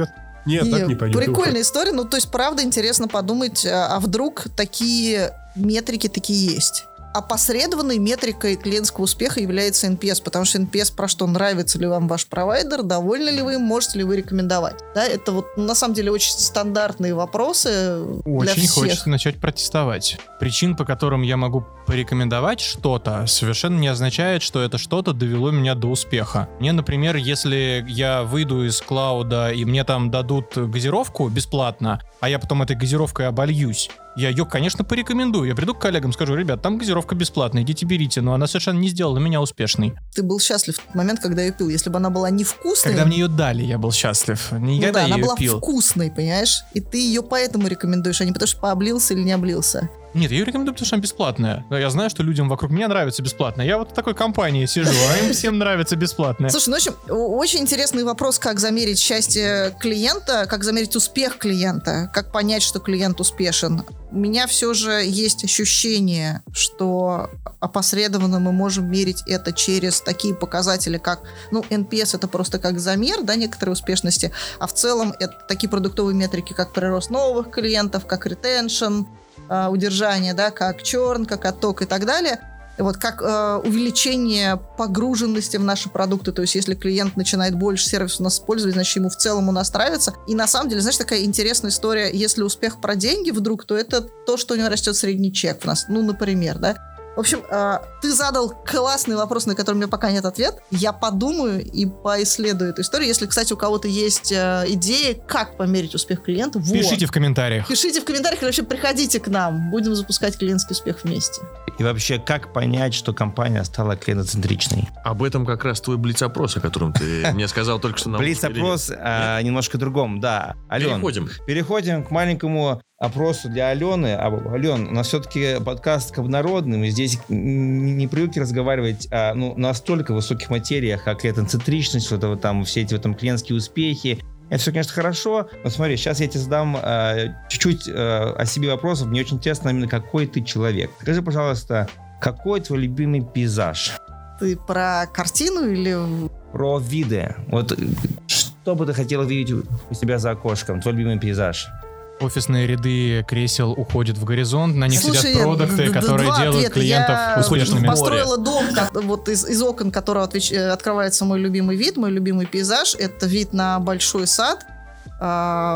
Speaker 6: Нет, так не пойдет.
Speaker 7: Прикольная история. Ну, то есть, правда, интересно подумать, а вдруг такие метрики такие есть. Опосредованной метрикой клиентского успеха является эн пи эс, потому что эн пи эс про что? Нравится ли вам ваш провайдер, довольны ли вы им, можете ли вы рекомендовать? Да, это вот на самом деле очень стандартные вопросы для
Speaker 5: Очень
Speaker 7: всех.
Speaker 5: хочется начать протестовать. Причин, по которым я могу порекомендовать что-то, совершенно не означает, что это что-то довело меня до успеха. Мне, например, если я выйду из клауда и мне там дадут газировку бесплатно, а я потом этой газировкой обольюсь, я ее, конечно, порекомендую. Я приду к коллегам, скажу: ребят, там газировка бесплатная, идите берите, но она совершенно не сделала меня успешной.
Speaker 7: Ты был счастлив в тот момент, когда ее пил. Если бы она была невкусной...
Speaker 5: Когда мне ее дали, я был счастлив. Не
Speaker 7: ну
Speaker 5: когда
Speaker 7: да,
Speaker 5: я
Speaker 7: она
Speaker 5: ее
Speaker 7: была
Speaker 5: пил.
Speaker 7: вкусной, понимаешь? И ты ее поэтому рекомендуешь, а не потому что пооблился или не облился.
Speaker 5: Нет, я ее рекомендую, потому что она бесплатная. Но я знаю, что людям вокруг меня нравится бесплатно. Я вот в такой компании сижу, а им всем нравится бесплатное.
Speaker 7: Слушай, ну, в общем, очень интересный вопрос, как замерить счастье клиента, как замерить успех клиента, как понять, что клиент успешен. У меня все же есть ощущение, что опосредованно мы можем мерить это через такие показатели, как, ну, эн пи эс это просто как замер, да, некоторой успешности, а в целом это такие продуктовые метрики, как прирост новых клиентов, как ретеншн, удержание, да, как черн, как отток и так далее. Вот как э, увеличение погруженности в наши продукты. То есть, если клиент начинает больше сервиса у нас использовать, значит, ему в целом у нас нравится. И на самом деле, знаешь, такая интересная история, если успех про деньги вдруг, то это то, что у него растет средний чек в нас. Ну, например, да. В общем, э, ты задал классный вопрос, на который у меня пока нет ответа. Я подумаю и поисследую эту историю. Если, кстати, у кого-то есть э, идеи, как померить успех клиента, вот.
Speaker 5: Пишите в комментариях.
Speaker 7: Пишите в комментариях или вообще приходите к нам. Будем запускать клиентский успех вместе.
Speaker 3: И вообще, как понять, что компания стала клиентоцентричной?
Speaker 4: Об этом как раз твой блиц-опрос, о котором ты мне сказал только что на
Speaker 3: Блиц-опрос о немножко другом, да. Ален,
Speaker 4: Переходим.
Speaker 3: Переходим к маленькому опросу для Алены. А, Ален, у нас все-таки подкаст как бы народный, мы здесь не привыкли разговаривать о ну, настолько высоких материях, как клиентоцентричность, вот это, там, все эти вот, там, клиентские успехи. Это все, конечно, хорошо, но смотри, сейчас я тебе задам э, чуть-чуть э, о себе вопросов. Мне очень интересно именно, какой ты человек. Скажи, пожалуйста, какой твой любимый пейзаж?
Speaker 7: Ты про картину или...
Speaker 3: Про виды. Вот что бы ты хотел видеть у себя за окошком? Твой любимый пейзаж?
Speaker 5: Офисные ряды кресел уходят в горизонт, на них
Speaker 7: Слушай,
Speaker 5: сидят продукты,
Speaker 7: д- д-
Speaker 5: которые
Speaker 7: два
Speaker 5: делают
Speaker 7: ответа.
Speaker 5: клиентов
Speaker 7: Я
Speaker 5: успешными.
Speaker 7: построила дом, как, вот из, из окон которого отвеч- открывается мой любимый вид, мой любимый пейзаж. Это вид на большой сад э,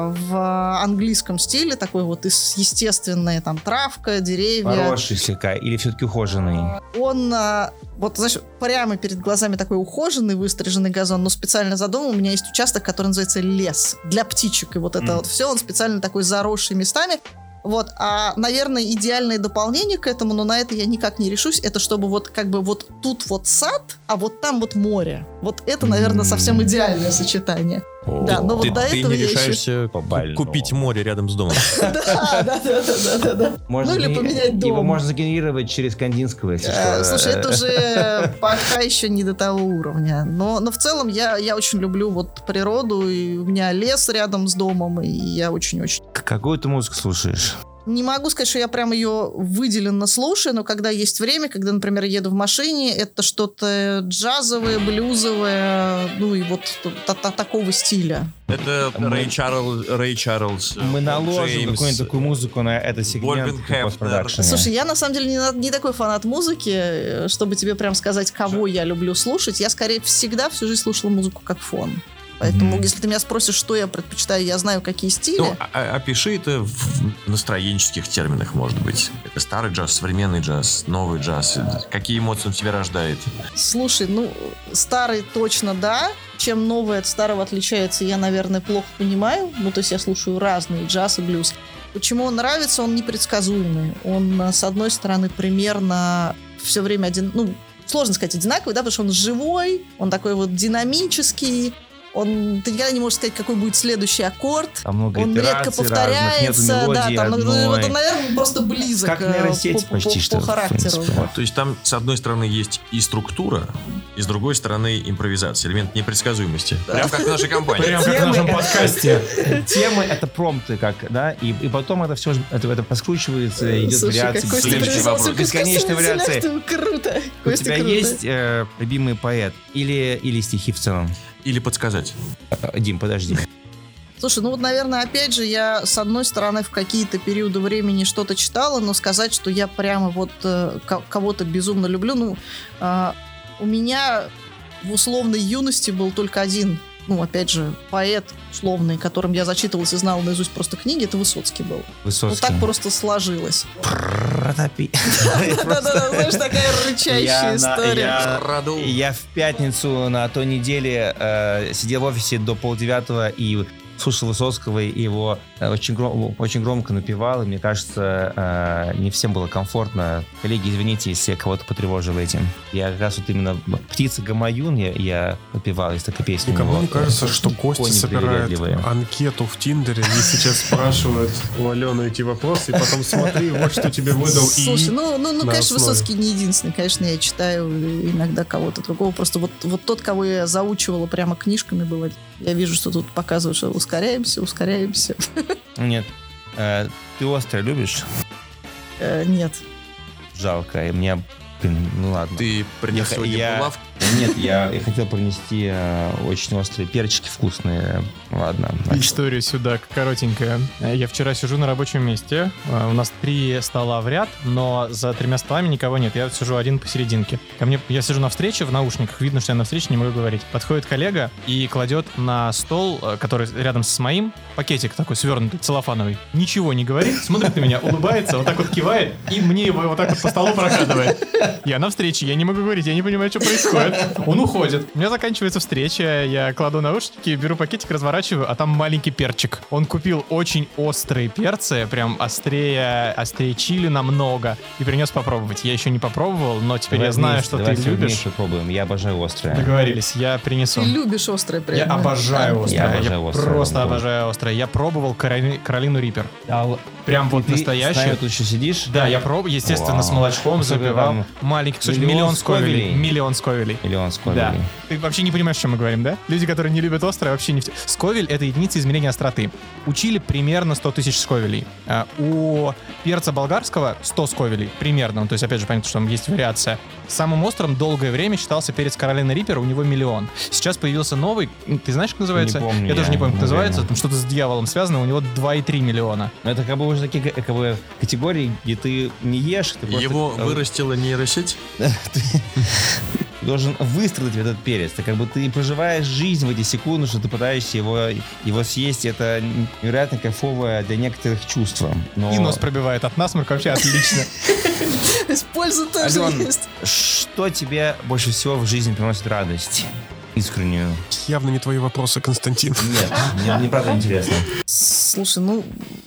Speaker 7: в английском стиле, такой вот из естественная там травка, деревья.
Speaker 3: Поросший слегка или все-таки ухоженный?
Speaker 7: Он, э, вот, знаешь, прямо перед глазами такой ухоженный, выстриженный газон, но специально задумал. У меня есть участок, который называется лес для птичек. И вот это mm. вот все, он специально такой заросший местами. Вот, а, наверное, идеальное дополнение к этому, но на это я никак не решусь, это чтобы вот как бы вот тут вот сад, а вот там вот море. Вот это, наверное, совсем идеальное сочетание.
Speaker 4: О,
Speaker 7: да, но
Speaker 4: ты,
Speaker 7: вот до
Speaker 4: ты
Speaker 7: этого
Speaker 4: не
Speaker 7: я еще...
Speaker 4: решаешься купить море рядом с домом.
Speaker 7: Да, да, да, да, да.
Speaker 3: Можно
Speaker 7: Ну или
Speaker 3: гени-
Speaker 7: поменять дом.
Speaker 3: Его можно сгенерировать через Кандинского, если
Speaker 7: Э,
Speaker 3: что.
Speaker 7: Слушай, это уже пока еще не до того уровня. Но, но в целом я, я очень люблю вот природу, и у меня лес рядом с домом, и я очень-очень...
Speaker 3: Какую ты музыку слушаешь?
Speaker 7: Не могу сказать, что я прям ее выделенно слушаю, но когда есть время, когда, например, еду в машине, это что-то джазовое, блюзовое, ну и вот та- та- такого стиля.
Speaker 4: Это Рэй Чарльз, Рэй Чарльз.
Speaker 3: Мы наложим
Speaker 4: Джеймс,
Speaker 3: какую-нибудь такую музыку на этот сегмент
Speaker 4: Бобби
Speaker 3: в
Speaker 4: Хефнер.
Speaker 3: постпродакшене.
Speaker 7: Слушай, я на самом деле не, на- не такой фанат музыки, чтобы тебе прям сказать, кого я люблю слушать. Я скорее всегда всю жизнь слушала музыку как фон. Поэтому, mm-hmm. если ты меня спросишь, что я предпочитаю, я знаю, какие стили.
Speaker 4: Ну, а- опиши это в настроенческих терминах, может быть. Это старый джаз, современный джаз, новый джаз. Какие эмоции он в тебе рождает?
Speaker 7: Слушай, ну, старый точно да. Чем новый от старого отличается, я, наверное, плохо понимаю. Ну, то есть я слушаю разные джаз и блюз. Почему он нравится? Он непредсказуемый. Он, с одной стороны, примерно все время один... Ну, сложно сказать одинаковый, да, потому что он живой, он такой вот динамический. Он, ты никогда не можешь сказать, какой будет следующий аккорд.
Speaker 3: Там много
Speaker 7: он редко
Speaker 3: итераций разных,
Speaker 7: повторяется.
Speaker 3: нету мелодии
Speaker 7: Да, там, ну,
Speaker 3: одной.
Speaker 7: вот он, наверное, просто близок
Speaker 3: Как
Speaker 7: э,
Speaker 3: нейросеть
Speaker 7: по,
Speaker 3: почти
Speaker 7: по,
Speaker 3: что,
Speaker 7: по характеру.
Speaker 3: в принципе.
Speaker 7: Вот.
Speaker 4: То есть там, с одной стороны, есть и структура, и с другой стороны, импровизация, элемент непредсказуемости. Прям как в нашей компании.
Speaker 5: Прям как в нашем подкасте.
Speaker 3: Темы — это промпты, как, да, и, и потом это все это, это поскручивается, идет
Speaker 7: Слушай,
Speaker 3: вариация.
Speaker 7: как Костя
Speaker 4: Следующий
Speaker 7: привязался
Speaker 4: вопрос.
Speaker 7: к
Speaker 3: Бесконечные
Speaker 7: искусственному
Speaker 3: вариации.
Speaker 7: интеллекту. Круто.
Speaker 3: У
Speaker 7: Костя,
Speaker 3: тебя
Speaker 7: круто.
Speaker 3: есть э, любимый поэт или, или стихи в целом?
Speaker 4: Или подсказать.
Speaker 3: Э, Дим, подожди.
Speaker 7: Слушай, ну вот, наверное, опять же, я, с одной стороны, в какие-то периоды времени что-то читала, но сказать, что я прямо вот э, кого-то безумно люблю, ну, э, у меня в условной юности был только один, ну, опять же, поэт условный, которым я зачитывалась и знала наизусть просто книги, это Высоцкий был.
Speaker 3: Высоцкий.
Speaker 7: Вот так просто сложилось.
Speaker 3: Протопи.
Speaker 7: Да-да-да, знаешь, такая рычащая история.
Speaker 3: Я в пятницу на той неделе э, сидел в офисе до полдевятого и слушал Высоцкого, и его э, очень, гром, очень громко напевал, и мне кажется, э, не всем было комфортно. Коллеги, извините, если я кого-то потревожил этим. Я как раз вот именно «Птица Гамаюн» я, я напевал, есть такая песня.
Speaker 6: Никому не кажется,
Speaker 3: э,
Speaker 6: что Костя собирает анкету в Тиндере и сейчас спрашивает у Алены эти вопросы, и потом смотри, вот что тебе выдал.
Speaker 7: Слушай, ну, ну, ну конечно, Высоцкий не единственный. Конечно, я читаю иногда кого-то другого. Просто вот, вот тот, кого я заучивала прямо книжками было. Я вижу, что тут показывают, что ускоряемся, ускоряемся.
Speaker 3: Нет. Э, ты острое любишь?
Speaker 7: Э, нет.
Speaker 3: Жалко. И мне... Ну ладно.
Speaker 4: Ты принес сегодня
Speaker 3: я,
Speaker 4: булавку?
Speaker 3: Нет, я, я хотел принести э, очень острые перчики вкусные. Ладно. Значит.
Speaker 5: История сюда коротенькая. Я вчера сижу на рабочем месте. У нас три стола в ряд, но за тремя столами никого нет. Я сижу один посерединке. Ко мне, я сижу на встрече в наушниках. Видно, что я на встрече не могу говорить. Подходит коллега и кладет на стол, который рядом с моим, пакетик такой свернутый, целлофановый. Ничего не говорит, смотрит на меня, улыбается, вот так вот кивает, и мне его вот так вот по столу прокатывает. Я на встрече, я не могу говорить, я не понимаю, что происходит. Он уходит. У меня заканчивается встреча, я кладу наушники, беру пакетик, разворачиваю, а там маленький перчик. Он купил очень острые перцы, прям острее, острее чили намного, и принес попробовать. Я еще не попробовал, но теперь
Speaker 3: Давай
Speaker 5: я знаю,
Speaker 3: вместе,
Speaker 5: что
Speaker 3: давай
Speaker 5: ты любишь.
Speaker 3: Вместе попробуем. Я обожаю острое.
Speaker 5: Договорились, я принесу.
Speaker 7: Ты любишь острое прям.
Speaker 5: Я обожаю острое.
Speaker 3: Я обожаю
Speaker 5: я
Speaker 3: острое.
Speaker 5: просто
Speaker 3: Да.
Speaker 5: обожаю острое. Я пробовал Кароли... Каролину Риппер.
Speaker 3: А,
Speaker 5: Прям вот
Speaker 3: ты
Speaker 5: настоящую.
Speaker 3: с нами тут еще сидишь?
Speaker 5: Да, я пробовал, естественно,
Speaker 3: Вау.
Speaker 5: с молочком
Speaker 3: Сколько
Speaker 5: запивал.
Speaker 3: там?
Speaker 5: Маленький кусочек.
Speaker 3: Миллион
Speaker 5: Миллион сковелей.
Speaker 3: сковелей.
Speaker 5: Миллион сковелей.
Speaker 3: Миллион сковелей.
Speaker 5: Да. Ты вообще не понимаешь, о чем мы говорим, да? Люди, которые не любят острое, вообще не в те- Сковель — это единица измерения остроты. Учили примерно сто тысяч сковелей. А у перца болгарского сто сковелей. Примерно. Ну, то есть, опять же, понятно, что там есть вариация. Самым острым долгое время считался перец Каролина Риппер, у него миллион. Сейчас появился новый. Ты знаешь, как называется?
Speaker 3: Не помню
Speaker 5: я, тоже
Speaker 3: я,
Speaker 5: не помню, как
Speaker 3: наверное.
Speaker 5: называется. Там что-то с дьяволом связано, у него два и три миллиона.
Speaker 3: Но это как бы уже такие как бы, категории, где ты не ешь, ты просто...
Speaker 4: Его вырастила нейросеть?
Speaker 3: Ты должен выстрелить в этот перец. Ты как бы ты проживаешь жизнь в эти секунды, что ты пытаешься его, его съесть. Это невероятно кайфовое для некоторых чувство. Но...
Speaker 5: И нос пробивает от насморка, вообще отлично.
Speaker 7: То есть польза тоже
Speaker 3: Ален,
Speaker 7: есть.
Speaker 3: что тебе больше всего в жизни приносит радость? Искреннюю.
Speaker 6: Явно не твои вопросы, Константин.
Speaker 3: Нет, мне, мне правда интересно.
Speaker 7: Слушай, ну,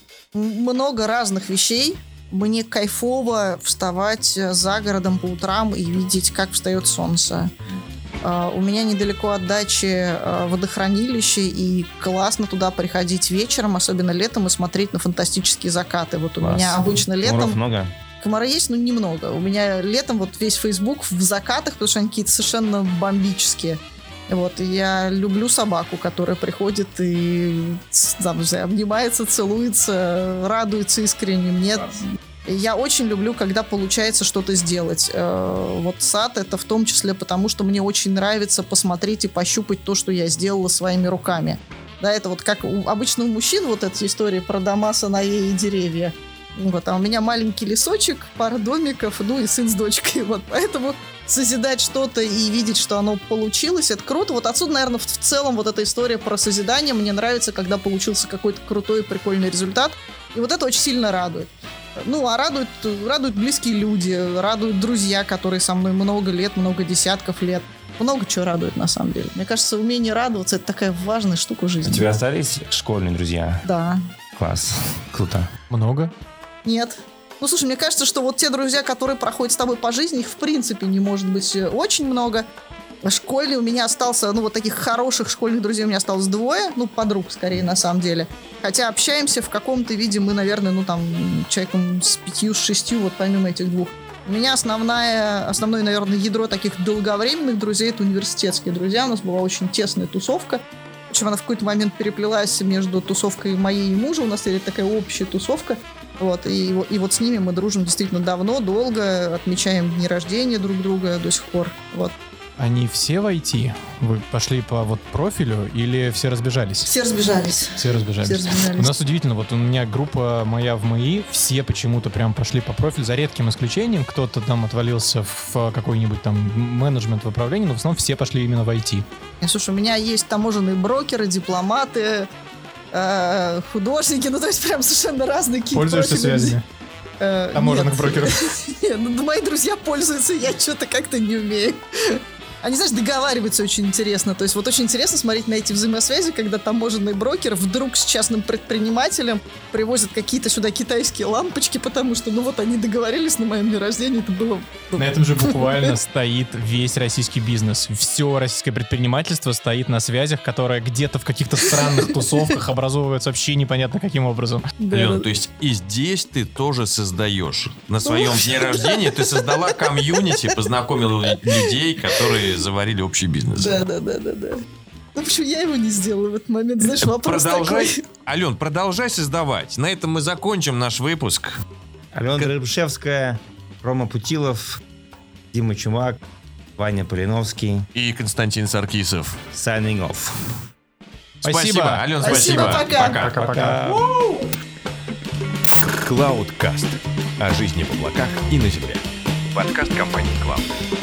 Speaker 7: много разных вещей. Мне кайфово вставать за городом по утрам и видеть, как встает солнце. Uh, у меня недалеко от дачи uh, водохранилище, и классно туда приходить вечером, особенно летом, и смотреть на фантастические закаты. Вот у
Speaker 3: Класс.
Speaker 7: меня обычно летом...
Speaker 3: Комаров много?
Speaker 7: Комары есть, но немного. У меня летом вот весь Facebook в закатах, потому что они какие-то совершенно бомбические. Вот, и я люблю собаку, которая приходит и там, не знаю, обнимается, целуется, радуется искренне. Мне... Я очень люблю, когда получается что-то сделать. Вот сад — это в том числе потому, что мне очень нравится посмотреть и пощупать то, что я сделала своими руками. Да, это вот как у, обычно у мужчин вот эта история про дома, сыновей и деревья. Вот, а у меня маленький лесочек, пара домиков, ну и сын с дочкой. Вот, поэтому созидать что-то и видеть, что оно получилось, это круто. Вот отсюда, наверное, в, в целом вот эта история про созидание мне нравится, когда получился какой-то крутой, прикольный результат. И вот это очень сильно радует. Ну, а радуют, радуют близкие люди, радуют друзья, которые со мной много лет, много десятков лет. Много чего радует, на самом деле. Мне кажется, умение радоваться — это такая важная штука в
Speaker 3: У
Speaker 7: жизни.
Speaker 3: тебя остались школьные друзья?
Speaker 7: Да.
Speaker 3: Класс. Круто.
Speaker 5: Много?
Speaker 7: Нет. Ну, слушай, мне кажется, что вот те друзья, которые проходят с тобой по жизни, их в принципе не может быть очень много. Школьный у меня остался, ну, вот таких хороших школьных друзей у меня осталось двое, ну, подруг, скорее, на самом деле. Хотя общаемся в каком-то виде мы, наверное, ну, там, человеком с пятью, с шестью, вот помимо этих двух. У меня основная, основное, наверное, ядро таких долговременных друзей — это университетские друзья. У нас была очень тесная тусовка. Причем она в какой-то момент переплелась между тусовкой моей и мужа. У нас есть такая общая тусовка. Вот, и, и вот с ними мы дружим действительно давно, долго, отмечаем дни рождения друг друга до сих пор. Вот.
Speaker 5: они все в ай ти? Вы пошли по вот профилю или все разбежались?
Speaker 7: Все разбежались.
Speaker 5: Все разбежались.
Speaker 7: Все разбежались.
Speaker 5: У нас удивительно, вот у меня группа моя в МАИ, все почему-то прям пошли по профилю, за редким исключением. Кто-то там отвалился в какой-нибудь там менеджмент в управлении, но в основном все пошли именно в ай ти.
Speaker 7: Слушай, у меня есть таможенные брокеры, дипломаты, э, художники, ну то есть прям совершенно разные какие-то
Speaker 5: Пользуешься
Speaker 7: профили.
Speaker 5: связями?
Speaker 7: Э,
Speaker 5: Таможенных
Speaker 7: нет.
Speaker 5: брокеров?
Speaker 7: Нет, ну мои друзья пользуются, я что-то как-то не умею. Они, знаешь, договариваются очень интересно. То есть вот очень интересно смотреть на эти взаимосвязи, когда таможенный брокер вдруг с частным предпринимателем привозят какие-то сюда китайские лампочки, потому что, ну вот, они договорились на моем дне рождения, это было...
Speaker 5: На этом же буквально стоит весь российский бизнес. Все российское предпринимательство стоит на связях, которые где-то в каких-то странных тусовках образовываются вообще непонятно каким образом.
Speaker 4: Алена, то есть и здесь ты тоже создаешь. На своем дне рождения ты создала комьюнити, познакомила людей, которые заварили общий бизнес.
Speaker 7: Да, да, да, да, да. Ну почему я его не сделала в этот момент? Знаешь, вопрос
Speaker 4: Продолжай,
Speaker 7: такой.
Speaker 4: Ален, продолжай создавать. На этом мы закончим наш выпуск.
Speaker 3: Алена Рябушевская, Рома Путилов, Дима Чумак, Ваня Полиновский.
Speaker 4: И Константин Саркисов.
Speaker 3: Signing off.
Speaker 5: Спасибо.
Speaker 4: Ален,
Speaker 7: Спасибо,
Speaker 4: спасибо.
Speaker 7: пока.
Speaker 5: Пока-пока.
Speaker 8: Cloudcast. О жизни в облаках и на земле. Подкаст компании Cloud.